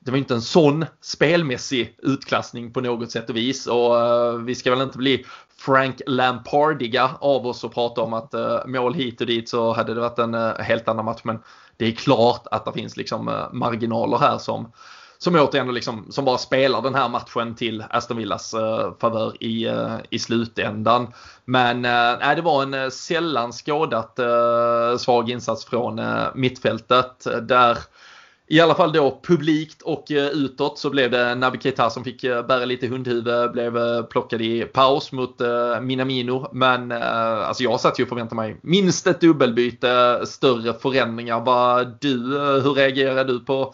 det var inte en sån spelmässig utklassning på något sätt och vis. Och vi ska väl inte bli Frank Lampardiga av oss och prata om att mål hit och dit så hade det varit en helt annan match. Men det är klart att det finns liksom marginaler här som återigen liksom, som bara spelar den här matchen till Aston Villas favör i slutändan. Men det var en sällan skådat svag insats från mittfältet där i alla fall då publikt och utåt så blev det Naby Keita som fick bära lite hundhuvud, blev plockad i paus mot Minamino. Men alltså jag satt ju och förväntade mig minst ett dubbelbyte, större förändringar. Hur reagerar du på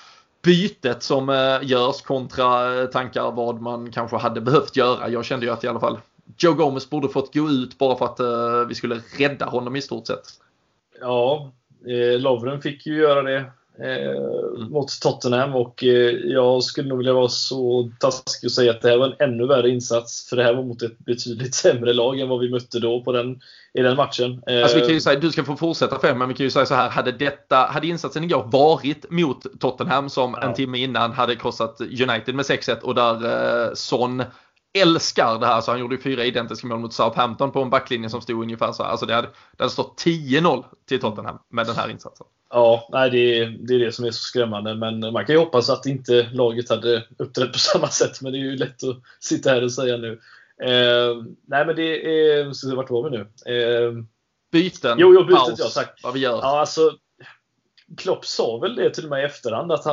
bytet som görs kontra tankar vad man kanske hade behövt göra? Jag kände ju att i alla fall Joe Gomez borde fått gå ut bara för att vi skulle rädda honom i stort sett. Ja, Lovren fick ju göra det mot Tottenham och jag skulle nog vilja vara så taskig och säga att det här var en ännu värre insats, för det här var mot ett betydligt sämre lag än vad vi mötte då i den matchen. Alltså vi kan ju säga, du ska få fortsätta för, men vi kan ju säga så här, hade insatsen igår varit mot Tottenham som en timme innan hade krossat United med 6-1 och där Son älskar det här, så han gjorde 4 identiska mål mot Southampton på en backlinje som stod ungefär så här. Alltså det hade stått 10-0 till Tottenham med den här insatsen. Ja, nej, det är det som är så skrämmande. Men man kan ju hoppas att inte laget hade uppträtt på samma sätt. Men det är ju lätt att sitta här och säga nu. Nej, men det är... Vart var vi nu? Byten, bytet, paus, ja, tack. Vad vi gör. Ja, alltså Klopp sa väl det till mig i efterhand att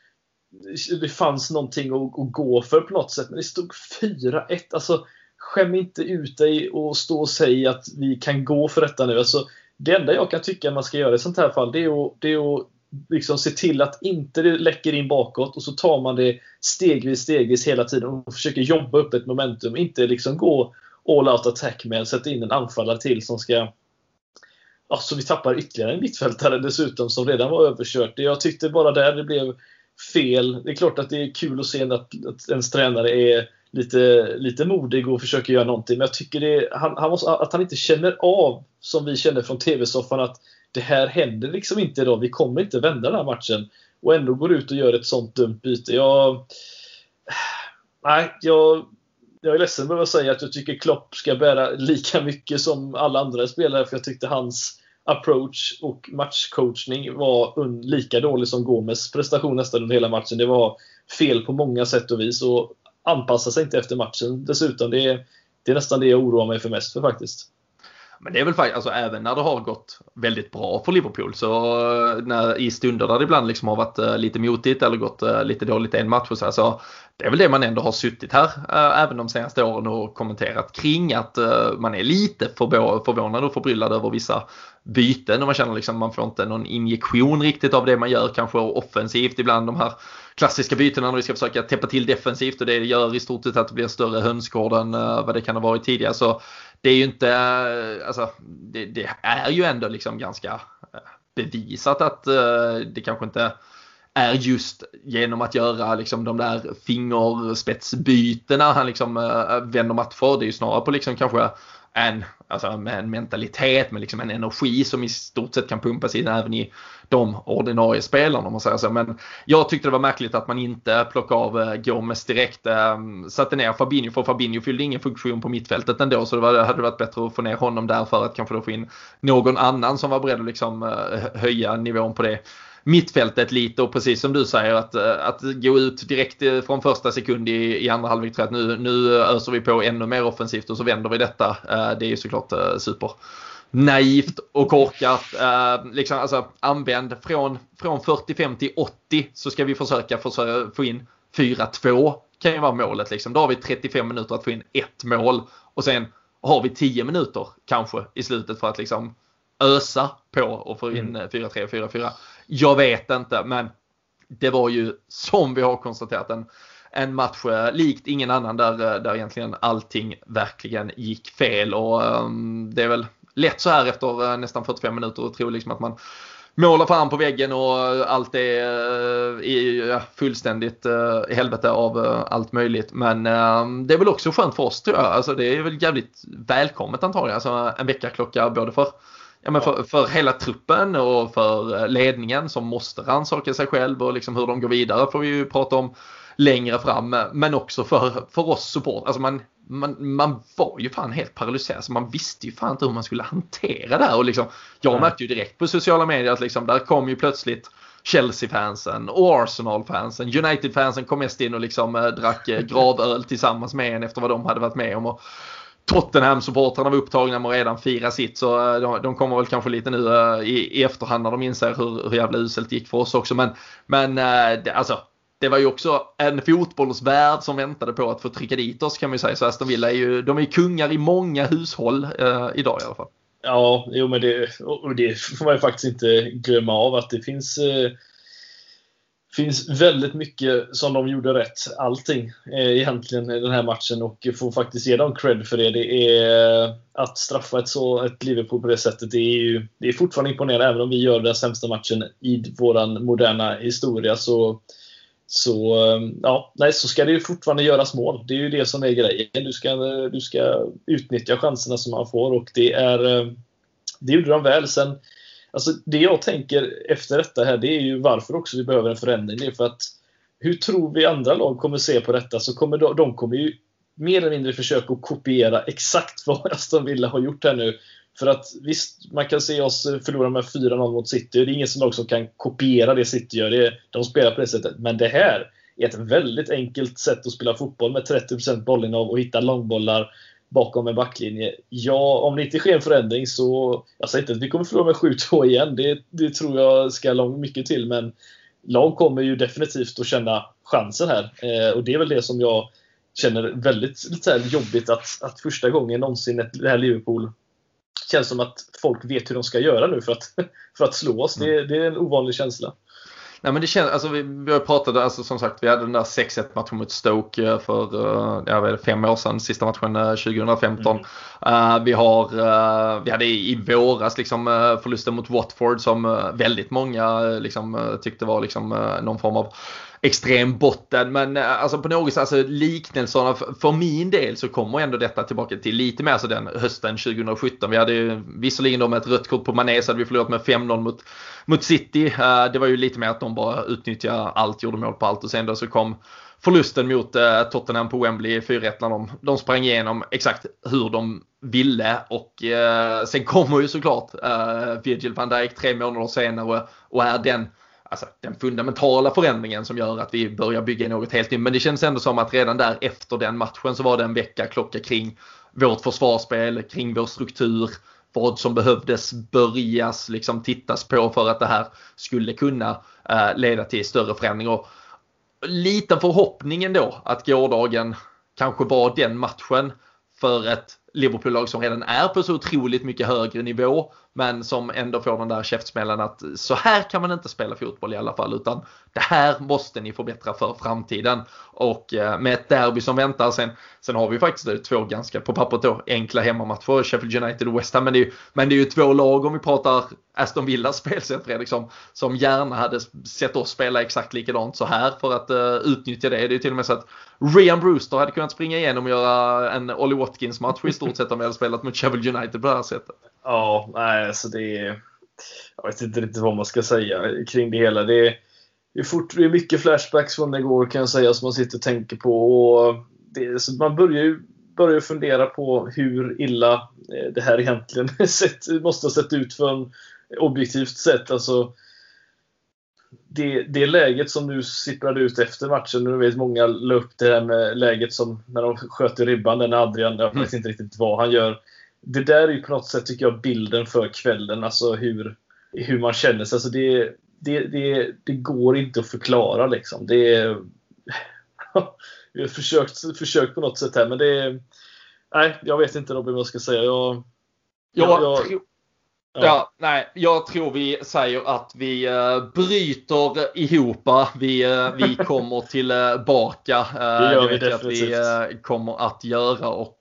det fanns någonting att gå för på något sätt. Men det stod 4-1. Alltså, skäm inte ut dig och stå och säga att vi kan gå för detta nu. Alltså, det enda jag kan tycka man ska göra i sånt här fall, det är att liksom se till att inte det läcker in bakåt, och så tar man det stegvis hela tiden och försöker jobba upp ett momentum. Inte liksom gå all out attack med att sätta in en anfallare till som ska... Ja, så vi tappar ytterligare en mittfältare dessutom som redan var överkört. Jag tyckte bara där det blev fel. Det är klart att det är kul att se att ens tränare är lite modig och försöker göra någonting. Men jag tycker att han inte känner av, som vi känner från tv-soffan, att det här händer liksom inte idag. Vi kommer inte vända den här matchen. Och ändå går ut och gör ett sånt dumt byte. Jag är ledsen att behöva säga att jag tycker Klopp ska bära lika mycket som alla andra spelare. För jag tyckte hans approach och matchcoachning var lika dålig som Gomes prestation nästan under hela matchen. Det var fel på många sätt och vis. Och anpassa sig inte efter matchen. Dessutom, det är nästan det jag oroar mig för mest för faktiskt. Men det är väl faktiskt, alltså, även när det har gått väldigt bra för Liverpool, så i stunder där det ibland liksom har varit lite motigt eller gått lite dåligt en match och så det är väl det man ändå har suttit här även de senaste åren och kommenterat kring, att man är lite förvånad och förbryllad över vissa byten och man känner liksom man får inte någon injektion riktigt av det man gör, kanske offensivt ibland, de här klassiska bytena när vi ska försöka täppa till defensivt, och det gör i stort sett att det blir en större hönsgård än vad det kan ha varit tidigare. Så det är ju inte, alltså det är ju ändå liksom ganska bevisat att det kanske inte är just genom att göra liksom de där fingerspetsbytena han liksom vänder matcher. Det är ju snarare på liksom kanske med en mentalitet, med liksom en energi som i stort sett kan pumpas in även i de ordinarie spelarna, om man säger så. Men jag tyckte det var märkligt att man inte plockade av Gomes direkt, satte ner Fabinho, för Fabinho fyllde ingen funktion på mittfältet ändå, så det hade varit bättre att få ner honom där för att kanske då få in någon annan som var beredd att liksom höja nivån på det mittfältet lite. Och precis som du säger, att gå ut direkt från första sekund i andra halvlek, att nu öser vi på ännu mer offensivt och så vänder vi detta. Det är ju såklart super naivt och korkat. Liksom, alltså, använd från 45 till 80 så ska vi försöka få in 4-2 kan ju vara målet liksom. Då har vi 35 minuter att få in ett mål och sen har vi 10 minuter kanske i slutet för att liksom ösa på och få in 4-3, 4-4. Jag vet inte, men det var ju, som vi har konstaterat, en match likt ingen annan där egentligen allting verkligen gick fel. Och det är väl lätt så här efter nästan 45 minuter och tro liksom att man målar fram på väggen och allt är fullständigt helvete av allt möjligt. Men det är väl också skönt för oss, tror jag. Alltså, det är väl jävligt välkommet antagligen. Alltså, en veckaklocka både för Ja, men för hela truppen och för ledningen som måste rannsaka sig själv och liksom hur de går vidare får vi ju prata om längre fram, men också för oss support. Alltså man var ju fan helt paralyserad, så man visste ju fan inte hur man skulle hantera det här. Och liksom, jag märkte ju direkt på sociala medier att liksom, där kom ju plötsligt Chelsea-fansen och Arsenal-fansen. United-fansen kom mest in och liksom drack gravöl tillsammans med en efter vad de hade varit med om. Och Tottenham-supportrarna var upptagna med att redan fira sitt, så de kommer väl kanske lite nu i efterhand när de inser hur jävla uselt gick för oss också. Men det var ju också en fotbollsvärld som väntade på att få trycka dit oss, kan man ju säga. Så Aston Villa de är kungar i många hushåll idag i alla fall. Ja, jo, men det får man ju faktiskt inte glömma av, att det finns väldigt mycket som de gjorde rätt. Allting egentligen i den här matchen, och får faktiskt ge dem cred för det. Det är att straffa ett Liverpool på det sättet. Det är fortfarande imponerande, även om vi gör den sämsta matchen i våran moderna historia. Så ska det ju fortfarande göras mål. Det är ju det som är grejen. Du ska utnyttja chanserna som man får, och det gjorde de väl. Sen, alltså det jag tänker efter detta här, det är ju varför också vi behöver en förändring. Det är för att hur tror vi andra lag kommer se på detta, så kommer de kommer ju mer eller mindre försöka att kopiera exakt vad Aston Villa har gjort här nu. För att visst, man kan se oss förlora med 4-0 mot City. Det är ingen lag som kan kopiera det City gör. De spelar på det sättet. Men det här är ett väldigt enkelt sätt att spela fotboll med 30% bollinnehav och hitta långbollar bakom en backlinje. Ja, om det inte sker en förändring, så jag säger inte att vi kommer förlora med 7-2 igen. Det tror jag ska långt mycket till. Men lag kommer ju definitivt att känna chansen här. Och det är väl det som jag känner väldigt lite jobbigt, att första gången någonsin det här Liverpool känns som att folk vet hur de ska göra nu för att slå oss. Det är en ovanlig känsla. Nej, men det känns, alltså vi har pratat, alltså som sagt, vi hade den där 6-1 matchen mot Stoke för 5 år sedan, sista matchen 2015. Vi hade i våras liksom förlusten mot Watford, som väldigt många liksom tyckte var liksom någon form av extrem botten, men alltså på något sätt, alltså liknelserna för min del, så kommer ändå detta tillbaka till lite mer så den hösten 2017. Vi hade ju visserligen då med ett rött kort på Mané, så hade vi förlorat med 5-0 mot City. Det var ju lite mer att de bara utnyttjade allt, gjorde mål på allt, och sen då så kom förlusten mot Tottenham på Wembley 4-1 när de sprang igenom exakt hur de ville, och sen kommer ju såklart Virgil van Dijk 3 månader senare och är den fundamentala förändringen som gör att vi börjar bygga något helt nytt. Men det känns ändå som att redan där efter den matchen så var det en veckaklocka kring vårt försvarsspel, kring vår struktur, vad som behövdes börjas liksom tittas på för att det här skulle kunna leda till större förändring. Och lite förhoppningen då att gårdagen kanske var den matchen för ett Liverpool-lag som redan är på så otroligt mycket högre nivå, men som ändå får den där käftsmällen att så här kan man inte spela fotboll i alla fall, utan det här måste ni förbättra för framtiden. Och med ett derby som väntar, sen har vi faktiskt 2 ganska på pappret då enkla hemmamatcher, Sheffield United och West Ham, men det är ju 2 lag, om vi pratar Aston Villas spelsätt, Fredrik, som gärna hade sett oss spela exakt likadant så här för att utnyttja det. Det är ju till och med så att Ryan Brewster hade kunnat springa igenom och göra en Ollie Watkins-match i stort sett om vi hade spelat mot Sheffield United på det här sättet. Ja, nej, alltså jag vet inte riktigt vad man ska säga kring det hela. Det är mycket flashbacks från igår, kan jag säga, som man sitter och tänker på. Och så man börjar fundera på hur illa det här egentligen måste ha sett ut för en objektivt sett. Alltså, det läget som nu sipprade ut efter matchen, nu vet många la upp det här med läget som när de sköt i ribban, den Adrian, jag vet inte riktigt vad han gör. Det där är ju på något sätt, tycker jag, bilden för kvällen, alltså hur man känner sig. Alltså det går inte att förklara liksom. Vi har försökt på något sätt här, men nej, jag vet inte vad jag ska säga. Jag tror vi säger att vi bryter ihop. Vi kommer tillbaka. Det gör vi definitivt. Att vi kommer att göra, och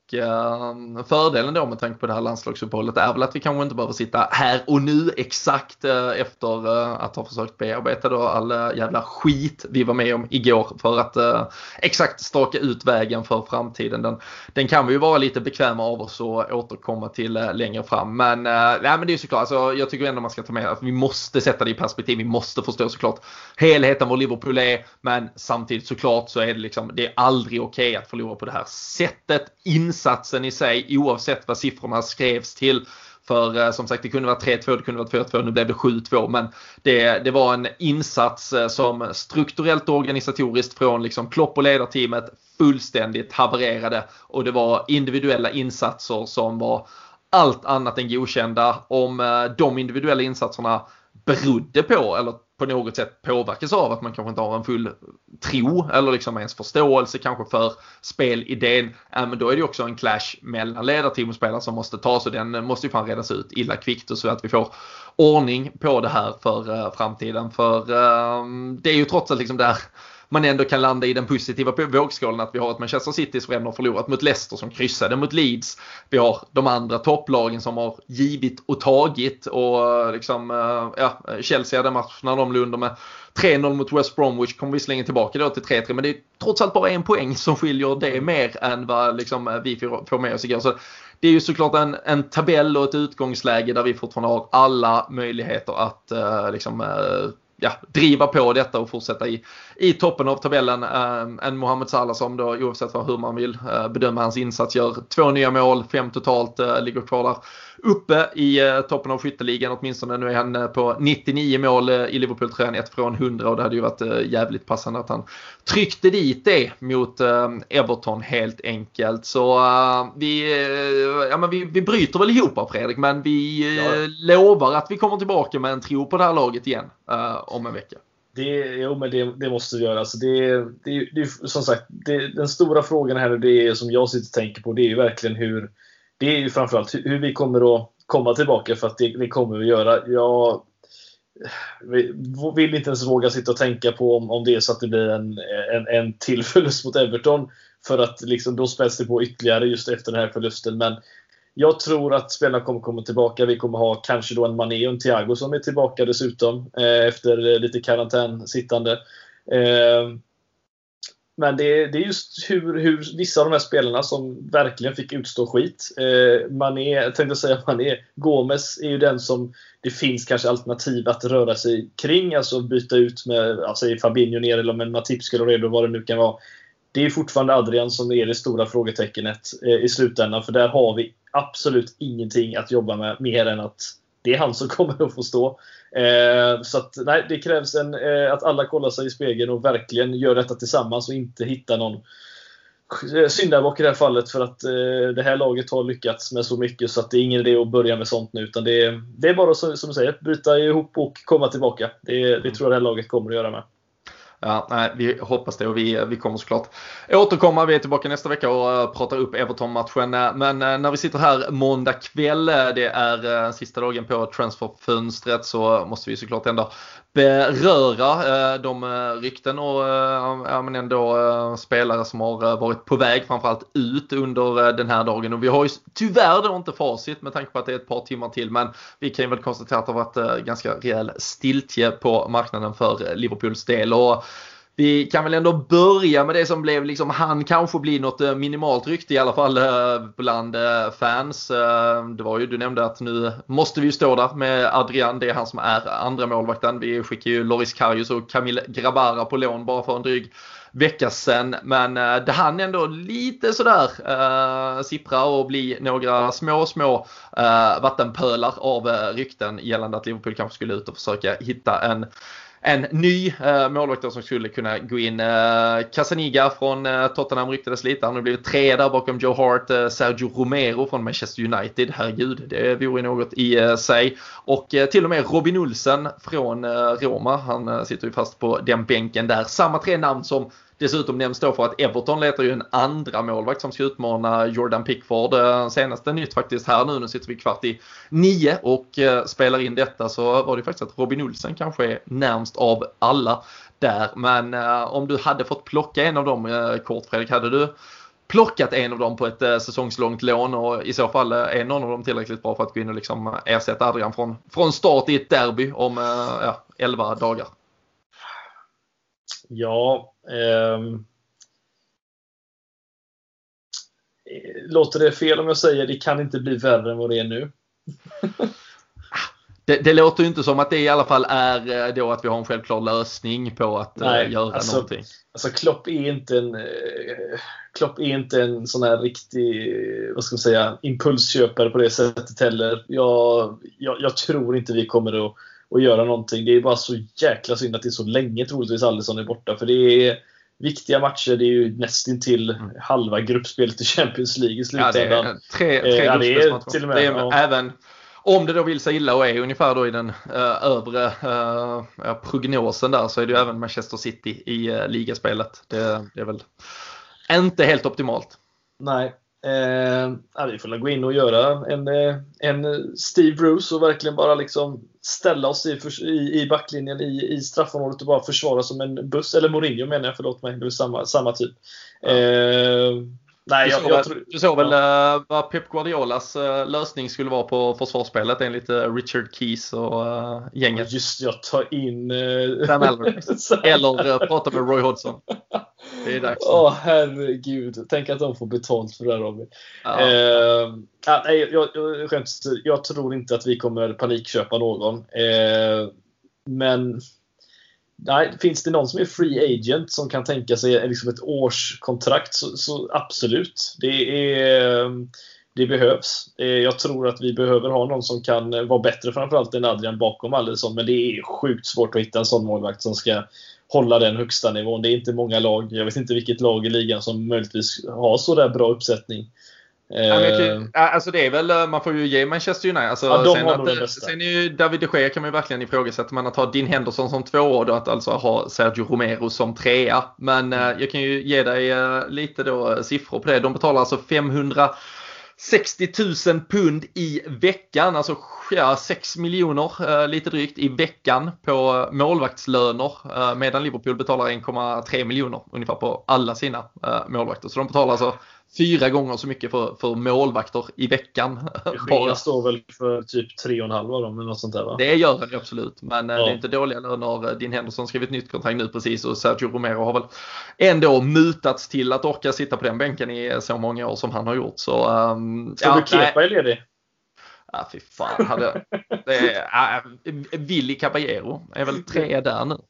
fördelen då med tanke på det här landslagsuppehållet är väl att vi kanske inte behöver sitta här och nu exakt efter att ha försökt bearbeta då all jävla skit vi var med om igår för att exakt staka ut vägen för framtiden. Den kan vi ju vara lite bekväma av oss och återkomma till längre fram. Men det är ju såklart, alltså, jag tycker ändå man ska ta med att vi måste sätta det i perspektiv. Vi måste förstå såklart helheten vad Liverpool är, men samtidigt såklart så är det liksom, det är aldrig okej att förlora på det här sättet. Insatsen i sig, oavsett vad siffrorna skrevs till, för som sagt det kunde vara 3-2, det kunde vara 4-2, nu blev det 7-2, men det var en insats som strukturellt och organisatoriskt från liksom Klopp och ledarteamet fullständigt havererade, och det var individuella insatser som var allt annat än godkända. Om de individuella insatserna berodde på eller på något sätt påverkas av att man kanske inte har en full tro eller liksom ens förståelse kanske för spelidén, men då är det också en clash mellan ledarteam och spelare som måste tas, och den måste ju fan redas ut illa kvickt, och så att vi får ordning på det här för framtiden. För det är ju trots allt liksom där man ändå kan landa i den positiva vågskålen att vi har ett Manchester City som redan har förlorat mot Leicester, som kryssade mot Leeds. Vi har de andra topplagen som har givit och tagit, och liksom, Chelsea hade matcherna de under med 3-0 mot West Bromwich, kommer vi slänga tillbaka då till 3-3, men det är trots allt bara en poäng som skiljer det mer än vad liksom vi får med oss igår. Så det är ju såklart en tabell och ett utgångsläge där vi fortfarande har alla möjligheter att driva på detta och fortsätta i toppen av tabellen. En Mohamed Salah som då, oavsett hur man vill bedöma hans insats, gör 2 nya mål, 5 totalt, ligger kvar där uppe i toppen av skytteligan åtminstone. Nu är han på 99 mål i Liverpool-tröjan, 1 från 100, och det hade ju varit jävligt passande att han tryckte dit det mot Everton helt enkelt. Så vi bryter väl ihop, Fredrik, men vi lovar att vi kommer tillbaka med en tro på det här laget igen om en vecka. Det måste vi göra. Alltså det som sagt, den stora frågan här, det är som jag sitter och tänker på, det är ju verkligen det är ju framförallt hur vi kommer att komma tillbaka, för att det kommer vi göra. Jag vill inte ens våga sitta och tänka på om det är så att det blir en till förlust mot Everton, för att liksom då späds det på ytterligare just efter den här förlusten. Men jag tror att spelarna kommer komma tillbaka. Vi kommer ha kanske då en Mané och en Thiago som är tillbaka dessutom efter lite karantänsittande. Men det är just hur vissa av de här spelarna som verkligen fick utstå skit. Gomes är ju den som det finns kanske alternativ att röra sig kring. Alltså byta ut med Fabinho ner, eller med Matip skulle redo, vad det nu kan vara. Det är fortfarande Adrian som är det stora frågetecknet i slutändan. För där har vi absolut ingenting att jobba med mer än att det är han som kommer att få stå. Så att, nej, det krävs att alla kollar sig i spegeln och verkligen gör detta tillsammans och inte hitta någon syndabock i det här fallet, för att det här laget har lyckats med så mycket så att det är ingen idé att börja med sånt nu, utan det är bara som du säger, bryta ihop och komma tillbaka. Det tror jag det här laget kommer att göra med. Ja, nej, vi hoppas det, och vi kommer såklart återkomma. Vi är tillbaka nästa vecka och pratar upp Everton-matchen. Men när vi sitter här måndag kväll, det är sista dagen på transferfönstret, så måste vi såklart ändå beröra de rykten och men ändå spelare som har varit på väg framförallt ut under den här dagen. Och vi har ju tyvärr då inte facit med tanke på att det är ett par timmar till, men vi kan ju väl konstatera att det har varit ganska rejäl stiltje på marknaden för Liverpools del. Och vi kan väl ändå börja med det som blev liksom, han kanske blir något minimalt rykte i alla fall bland fans. Det var ju, du nämnde att nu måste vi ju stå där med Adrian, det är han som är andra målvakten. Vi skickar ju Loris Karius och Camille Grabara på lån bara för en dryg vecka sedan, men det hann ändå lite sådär sippra och bli några små vattenpölar av rykten gällande att Liverpool kanske skulle ut och försöka hitta en ny målvakt som skulle kunna gå in. Casaniga från Tottenham ryktades lite. Han har blivit 3 där bakom Joe Hart. Sergio Romero från Manchester United. Herregud, det vore något i sig. Och till och med Robin Olsen från Roma. Han sitter ju fast på den bänken där. Samma 3 namn som dessutom nämns då för att Everton letar ju en andra målvakt som ska utmana Jordan Pickford. Senaste nytt faktiskt här nu sitter vi 8:45 och spelar in detta, så var det faktiskt att Robin Olsen kanske är närmst av alla där. Men om du hade fått plocka en av dem kort, Fredrik, hade du plockat en av dem på ett säsongslångt lån, och i så fall är någon av dem tillräckligt bra för att gå in och liksom ersätta Adrian från start i ett derby om 11 dagar. Ja, låter det fel om jag säger det kan inte bli värre än vad det är nu? Det låter ju inte som att det i alla fall är då att vi har en självklar lösning på att göra någonting. Alltså Klopp är inte en sån här riktig, vad ska man säga, impulsköpare på det sättet heller. Jag tror inte vi kommer att göra någonting. Det är bara så jäkla synd att det är så länge troligtvis Alisson är borta. För det är viktiga matcher. Det är ju nästan till halva gruppspelet i Champions League i slutändan. Ja, tre gruppspelsmatcher. Till och med, även om det då vill sig illa och är ungefär då i den övre prognosen där, så är det ju även Manchester City i ligaspelet. Det är väl inte helt optimalt. Nej. Vi får gå in och göra en Steve Bruce och verkligen bara liksom ställa oss i backlinjen i straffområdet och bara försvara som en buss. Eller Mourinho menar jag, förlåt mig. Det är samma typ. Nej, du såg väl vad Pep Guardiolas lösning skulle vara på försvarsspelet enligt Richard Keys och gänget. Just jag tar in Sam Allardyce. Eller prata med Roy Hodgson. Det är dags. Herregud. Tänk att de får betalt för det här, Robin. Jag tror inte att vi kommer panikköpa någon. Men nej, finns det någon som är free agent som kan tänka sig liksom ett årskontrakt, så absolut. Det behövs. Jag tror att vi behöver ha någon som kan vara bättre, framförallt än Adrian bakom Alisson. Men det är sjukt svårt att hitta en sån målvakt som ska hålla den högsta nivån. Det är inte många lag. Jag vet inte vilket lag i ligan som möjligtvis har så där bra uppsättning. Alltså det är väl, man får ju ge Manchester United. Alltså, sen är ju David de Gea kan man ju verkligen ifrågasätta. Man att ha Dean Henderson som 2 och att alltså ha Sergio Romero som 3. Men jag kan ju ge dig lite då siffror på det. De betalar alltså 560 000 pund i veckan, alltså 6 miljoner lite drygt i veckan på målvaktslöner, medan Liverpool betalar 1,3 miljoner ungefär på alla sina målvakter. Så de betalar alltså 4 gånger så mycket för målvakter i veckan. Det står väl för typ 3,5 av dem eller något sånt där, va? Det gör det absolut, men det är inte dåliga löner. Din Henderson skrivit nytt kontrakt nu precis, och Sergio Romero har väl ändå mutats till att orka sitta på den bänken i så många år som han har gjort. Så ska du Kepa i ledig? Ja, fy fan. Willy Caballero är väl 3 där nu.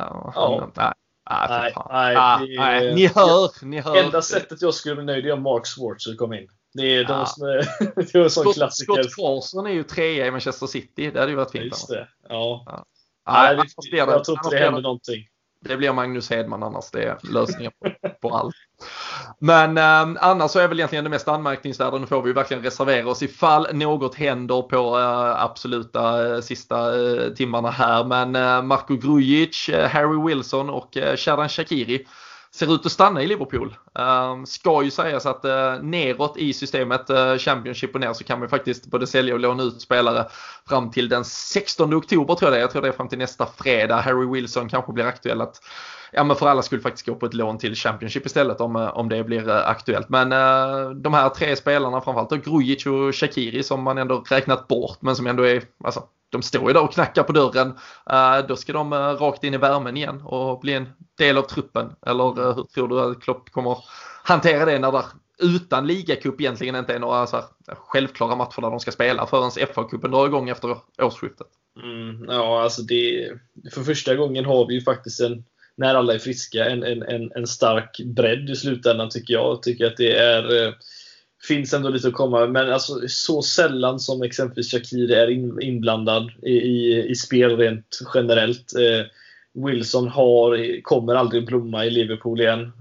Ni hör. Enda sättet jag skulle bli nöjd är om Mark Schwarzer kom in. Det är en sån klassiker. Scott Carson är ju 3 i Manchester City. Det hade ju varit fint. Just det. Jag tror inte det händer någonting. Det blir Magnus Hedman annars. Det är lösningen på allt. Men annars så är väl egentligen det mest anmärkningsvärda. Nu får vi ju verkligen reservera oss ifall något händer på absoluta sista timmarna här. Men Marko Grujic, Harry Wilson och Xherdan Shaqiri ser ut att stanna i Liverpool. Ska ju sägas att neråt i systemet Championship och ner så kan man faktiskt både sälja och låna ut spelare fram till den 16 oktober tror jag. Jag tror det är fram till nästa fredag. Harry Wilson kanske blir aktuell att men för alla skulle faktiskt gå på ett lån till Championship istället om det blir aktuellt. Men de här 3 spelarna, framförallt Grujic och Shaqiri, som man ändå räknat bort men som ändå är, alltså, de står ju där och knackar på dörren. Då ska de rakt in i värmen igen och bli en del av truppen. Eller hur tror du att Klopp kommer hantera det när det utan ligacup egentligen inte är några så här självklara matcher där de ska spela förrän FA-cupen drar igång efter årsskiftet? Alltså för första gången har vi ju faktiskt när alla är friska, en stark bredd i slutändan tycker jag. Jag tycker att det finns ändå lite att komma. Men alltså, så sällan som exempelvis Shaqiri är inblandad i spel rent generellt. Wilson kommer aldrig blomma i Liverpool igen.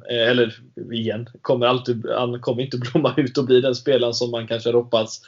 Han kommer inte blomma ut och bli den spelaren som man kanske hoppats.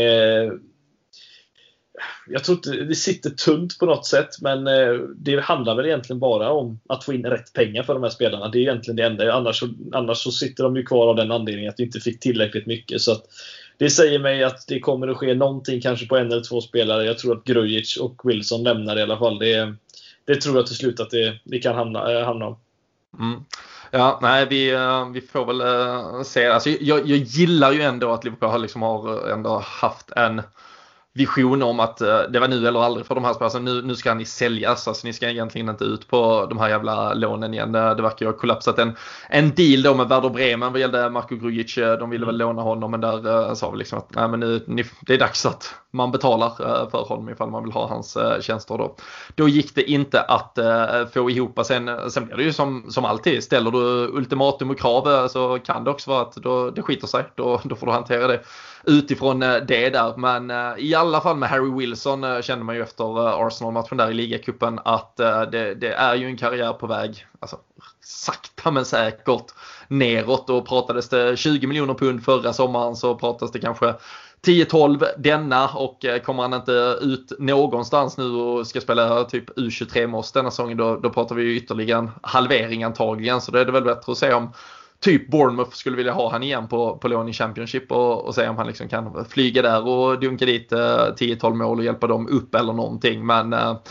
Jag tror inte det sitter tunt på något sätt, men det handlar väl egentligen bara om att få in rätt pengar för de här spelarna. Det är egentligen det enda. Annars så sitter de ju kvar av den anledningen att de inte fick tillräckligt mycket. Så att det säger mig att det kommer att ske någonting kanske på 1 eller 2 spelare. Jag tror att Grujic och Wilson lämnar i alla fall. Det tror jag till slut att det kan hamna om. Ja, nej, vi får väl se. Alltså, jag gillar ju ändå att Liverpool har ändå haft en vision om att det var nu eller aldrig för de här spelarna. Nu ska ni säljas, alltså ni ska egentligen inte ut på de här jävla lånen igen. Det verkar ju ha kollapsat en deal då med Werder Bremen vad gällde Marko Grujic. De ville väl låna honom, men där sa vi liksom att nej, men det är dags att man betalar för honom ifall man vill ha hans tjänster då. Då gick det inte att få ihop. Sen blir det ju som alltid, ställer du ultimatum och krav så kan det också vara att det skiter sig. Då får du hantera det utifrån det där. Men i alla fall med Harry Wilson kände man ju efter Arsenal-matchen där i ligacupen att det är ju en karriär på väg, alltså sakta men säkert neråt. Och pratades det 20 miljoner pund förra sommaren, så pratas det kanske 10-12 denna, och kommer han inte ut någonstans nu och ska spela typ U23 med oss denna säsongen, då pratar vi ju ytterligare en halvering antagligen. Så det är det väl bättre att se om typ Bournemouth skulle vilja ha han igen på lån i Championship och se om han liksom kan flyga där och dunka dit 10-12 mål och hjälpa dem upp eller någonting. Men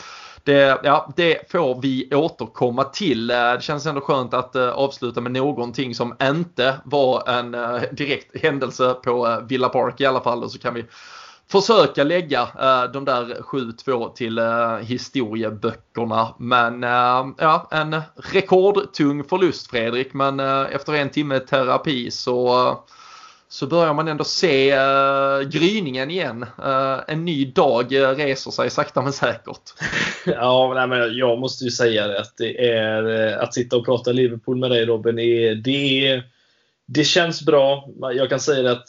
det får vi återkomma till. Det känns ändå skönt att avsluta med någonting som inte var en direkt händelse på Villa Park i alla fall, och så kan vi försöka lägga de där 7-2 till historieböckerna. Men en rekordtung förlust, Fredrik. Men efter en timme terapi så börjar man ändå se gryningen igen. En ny dag reser sig sakta men säkert. Ja, nej, men jag måste ju säga det, att det är att sitta och prata Liverpool med dig, Robin, det känns bra. Jag kan säga det att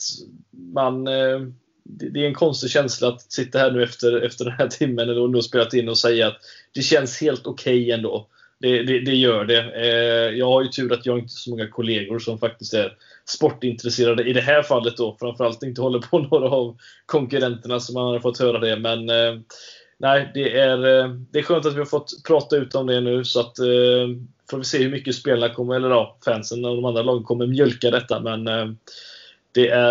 det är en konstig känsla att sitta här nu efter den här timmen eller nu spelat in och säga att det känns helt okej ändå. Det gör det. Jag har ju tur att jag inte har så många kollegor som faktiskt är sportintresserade i det här fallet då. Framförallt inte håller på några av konkurrenterna som man har fått höra det. Men nej, det är skönt att vi har fått prata ut om det nu. Så att får vi se hur mycket spelarna kommer, eller fansen och de andra lagen kommer mjölka detta. Men det är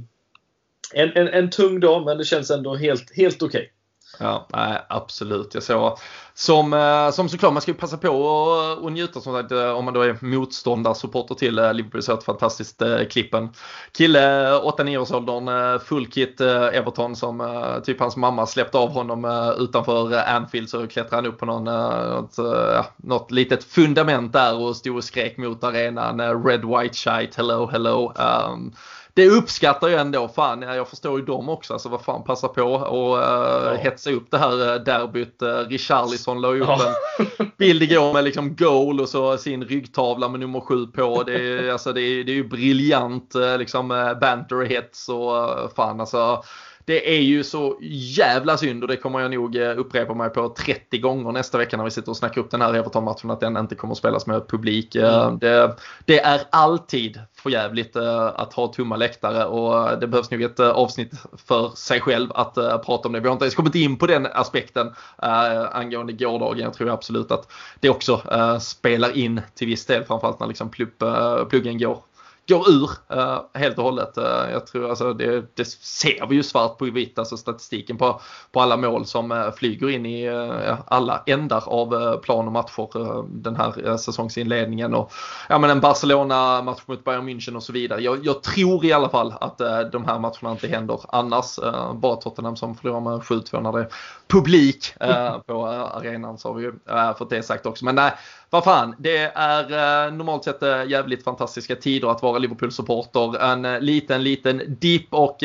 en tung dag, men det känns ändå helt okej. Ja, nej, absolut. Jag såg som såklart man ska ju passa på och njuta, som sagt, om man då är motståndarsupporter till Liverpool. Så ett fantastiskt klippen. Kille 8-9 års åldern, full kit Everton, som typ hans mamma släppte av honom utanför Anfield, så klättrade han upp på något litet fundament där och stod och skrek mot arenan Red White Shite, hello. Det uppskattar ju ändå, fan, jag förstår ju dem också, alltså vad fan, passa på och hetsa upp det här derbyt. Richarlison la upp en bild igår med liksom goal och så sin ryggtavla med nummer 7 på. Det är ju briljant liksom banter och hets och fan, alltså det är ju så jävla synd, och det kommer jag nog upprepa mig på 30 gånger nästa vecka när vi sitter och snackar upp den här Everton-matchen, att den inte kommer att spelas med publik. Det är alltid för jävligt att ha tomma läktare, och det behövs nog ett avsnitt för sig själv att prata om det. Vi har inte ens kommit in på den aspekten angående gårdagen. Jag tror absolut att det också spelar in till viss del, framförallt när liksom pluggen går ur helt och hållet. Jag tror alltså det ser vi ju svart på vitt, alltså statistiken på alla mål som flyger in i alla ändar av plan och matcher den här säsongsinledningen, och men en Barcelona-match mot Bayern München och så vidare. Jag tror i alla fall att de här matcherna inte händer annars. Bara Tottenham som förlorar med 7-2 när det är publik på arenan, så har vi ju fått det sagt också. Men nej, vad fan, det är normalt sett jävligt fantastiska tider att vara Liverpool-supporter. En liten dipp och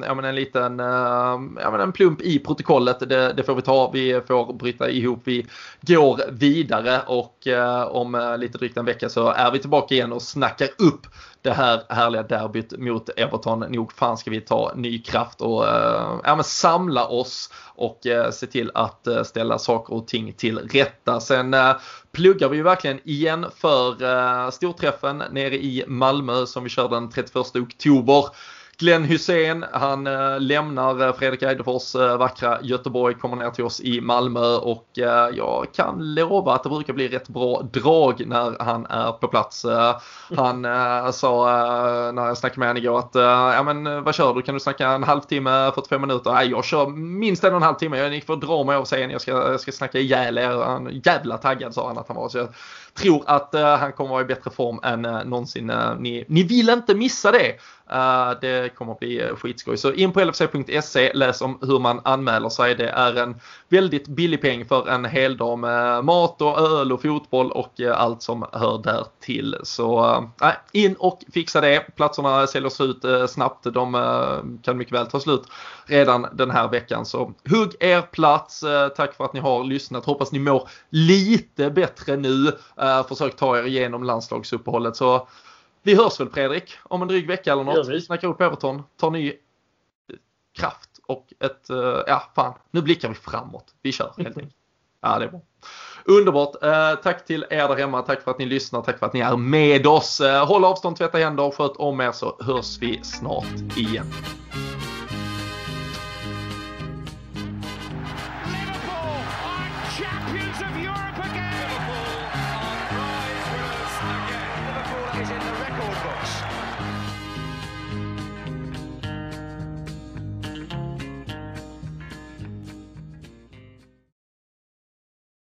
en plump i protokollet. Det får vi ta. Vi får bryta ihop. Vi går vidare, och om lite drygt en vecka så är vi tillbaka igen och snackar upp det här härliga derbyt mot Everton. Nog fan ska vi ta ny kraft och samla oss och se till att ställa saker och ting till rätta. Sen pluggar vi ju verkligen igen för storträffen nere i Malmö som vi kör den 31 oktober. Glenn Hussein, han lämnar Fredrik Eidefors vackra Göteborg, kommer ner till oss i Malmö, och jag kan lova att det brukar bli rätt bra drag när han är på plats. Han sa när jag snackade med honom igår att vad kör du? Kan du snacka en halvtimme, 45 minuter? Nej, jag kör minst 1,5 timme. Jag gick för att dra mig av scen. Jag ska snacka ihjäl er. Han jävla taggad, sa han att han var. Så jag tror att han kommer vara i bättre form än någonsin. Ni vill inte missa det. Det kommer att bli skitskoj. Så in på LFC.se, läs om hur man anmäler sig. Det är en väldigt billig peng för en hel dag med mat och öl och fotboll och allt som hör där till. Så in och fixa det. Platserna säljs ut snabbt. De kan mycket väl ta slut redan den här veckan. Så hugg er plats. Tack för att ni har lyssnat. Hoppas ni mår lite bättre nu. Försök ta er igenom landslagsuppehållet. Så vi hörs väl, Fredrik, om en dryg vecka eller något. Snackar upp Everton, tar ny kraft och nu blickar vi framåt. Vi kör helt enkelt. Ja, det är bra. Underbart. Tack till er där hemma. Tack för att ni lyssnar. Tack för att ni är med oss. Håll avstånd, tvätta händer och sköt om er, så hörs vi snart igen.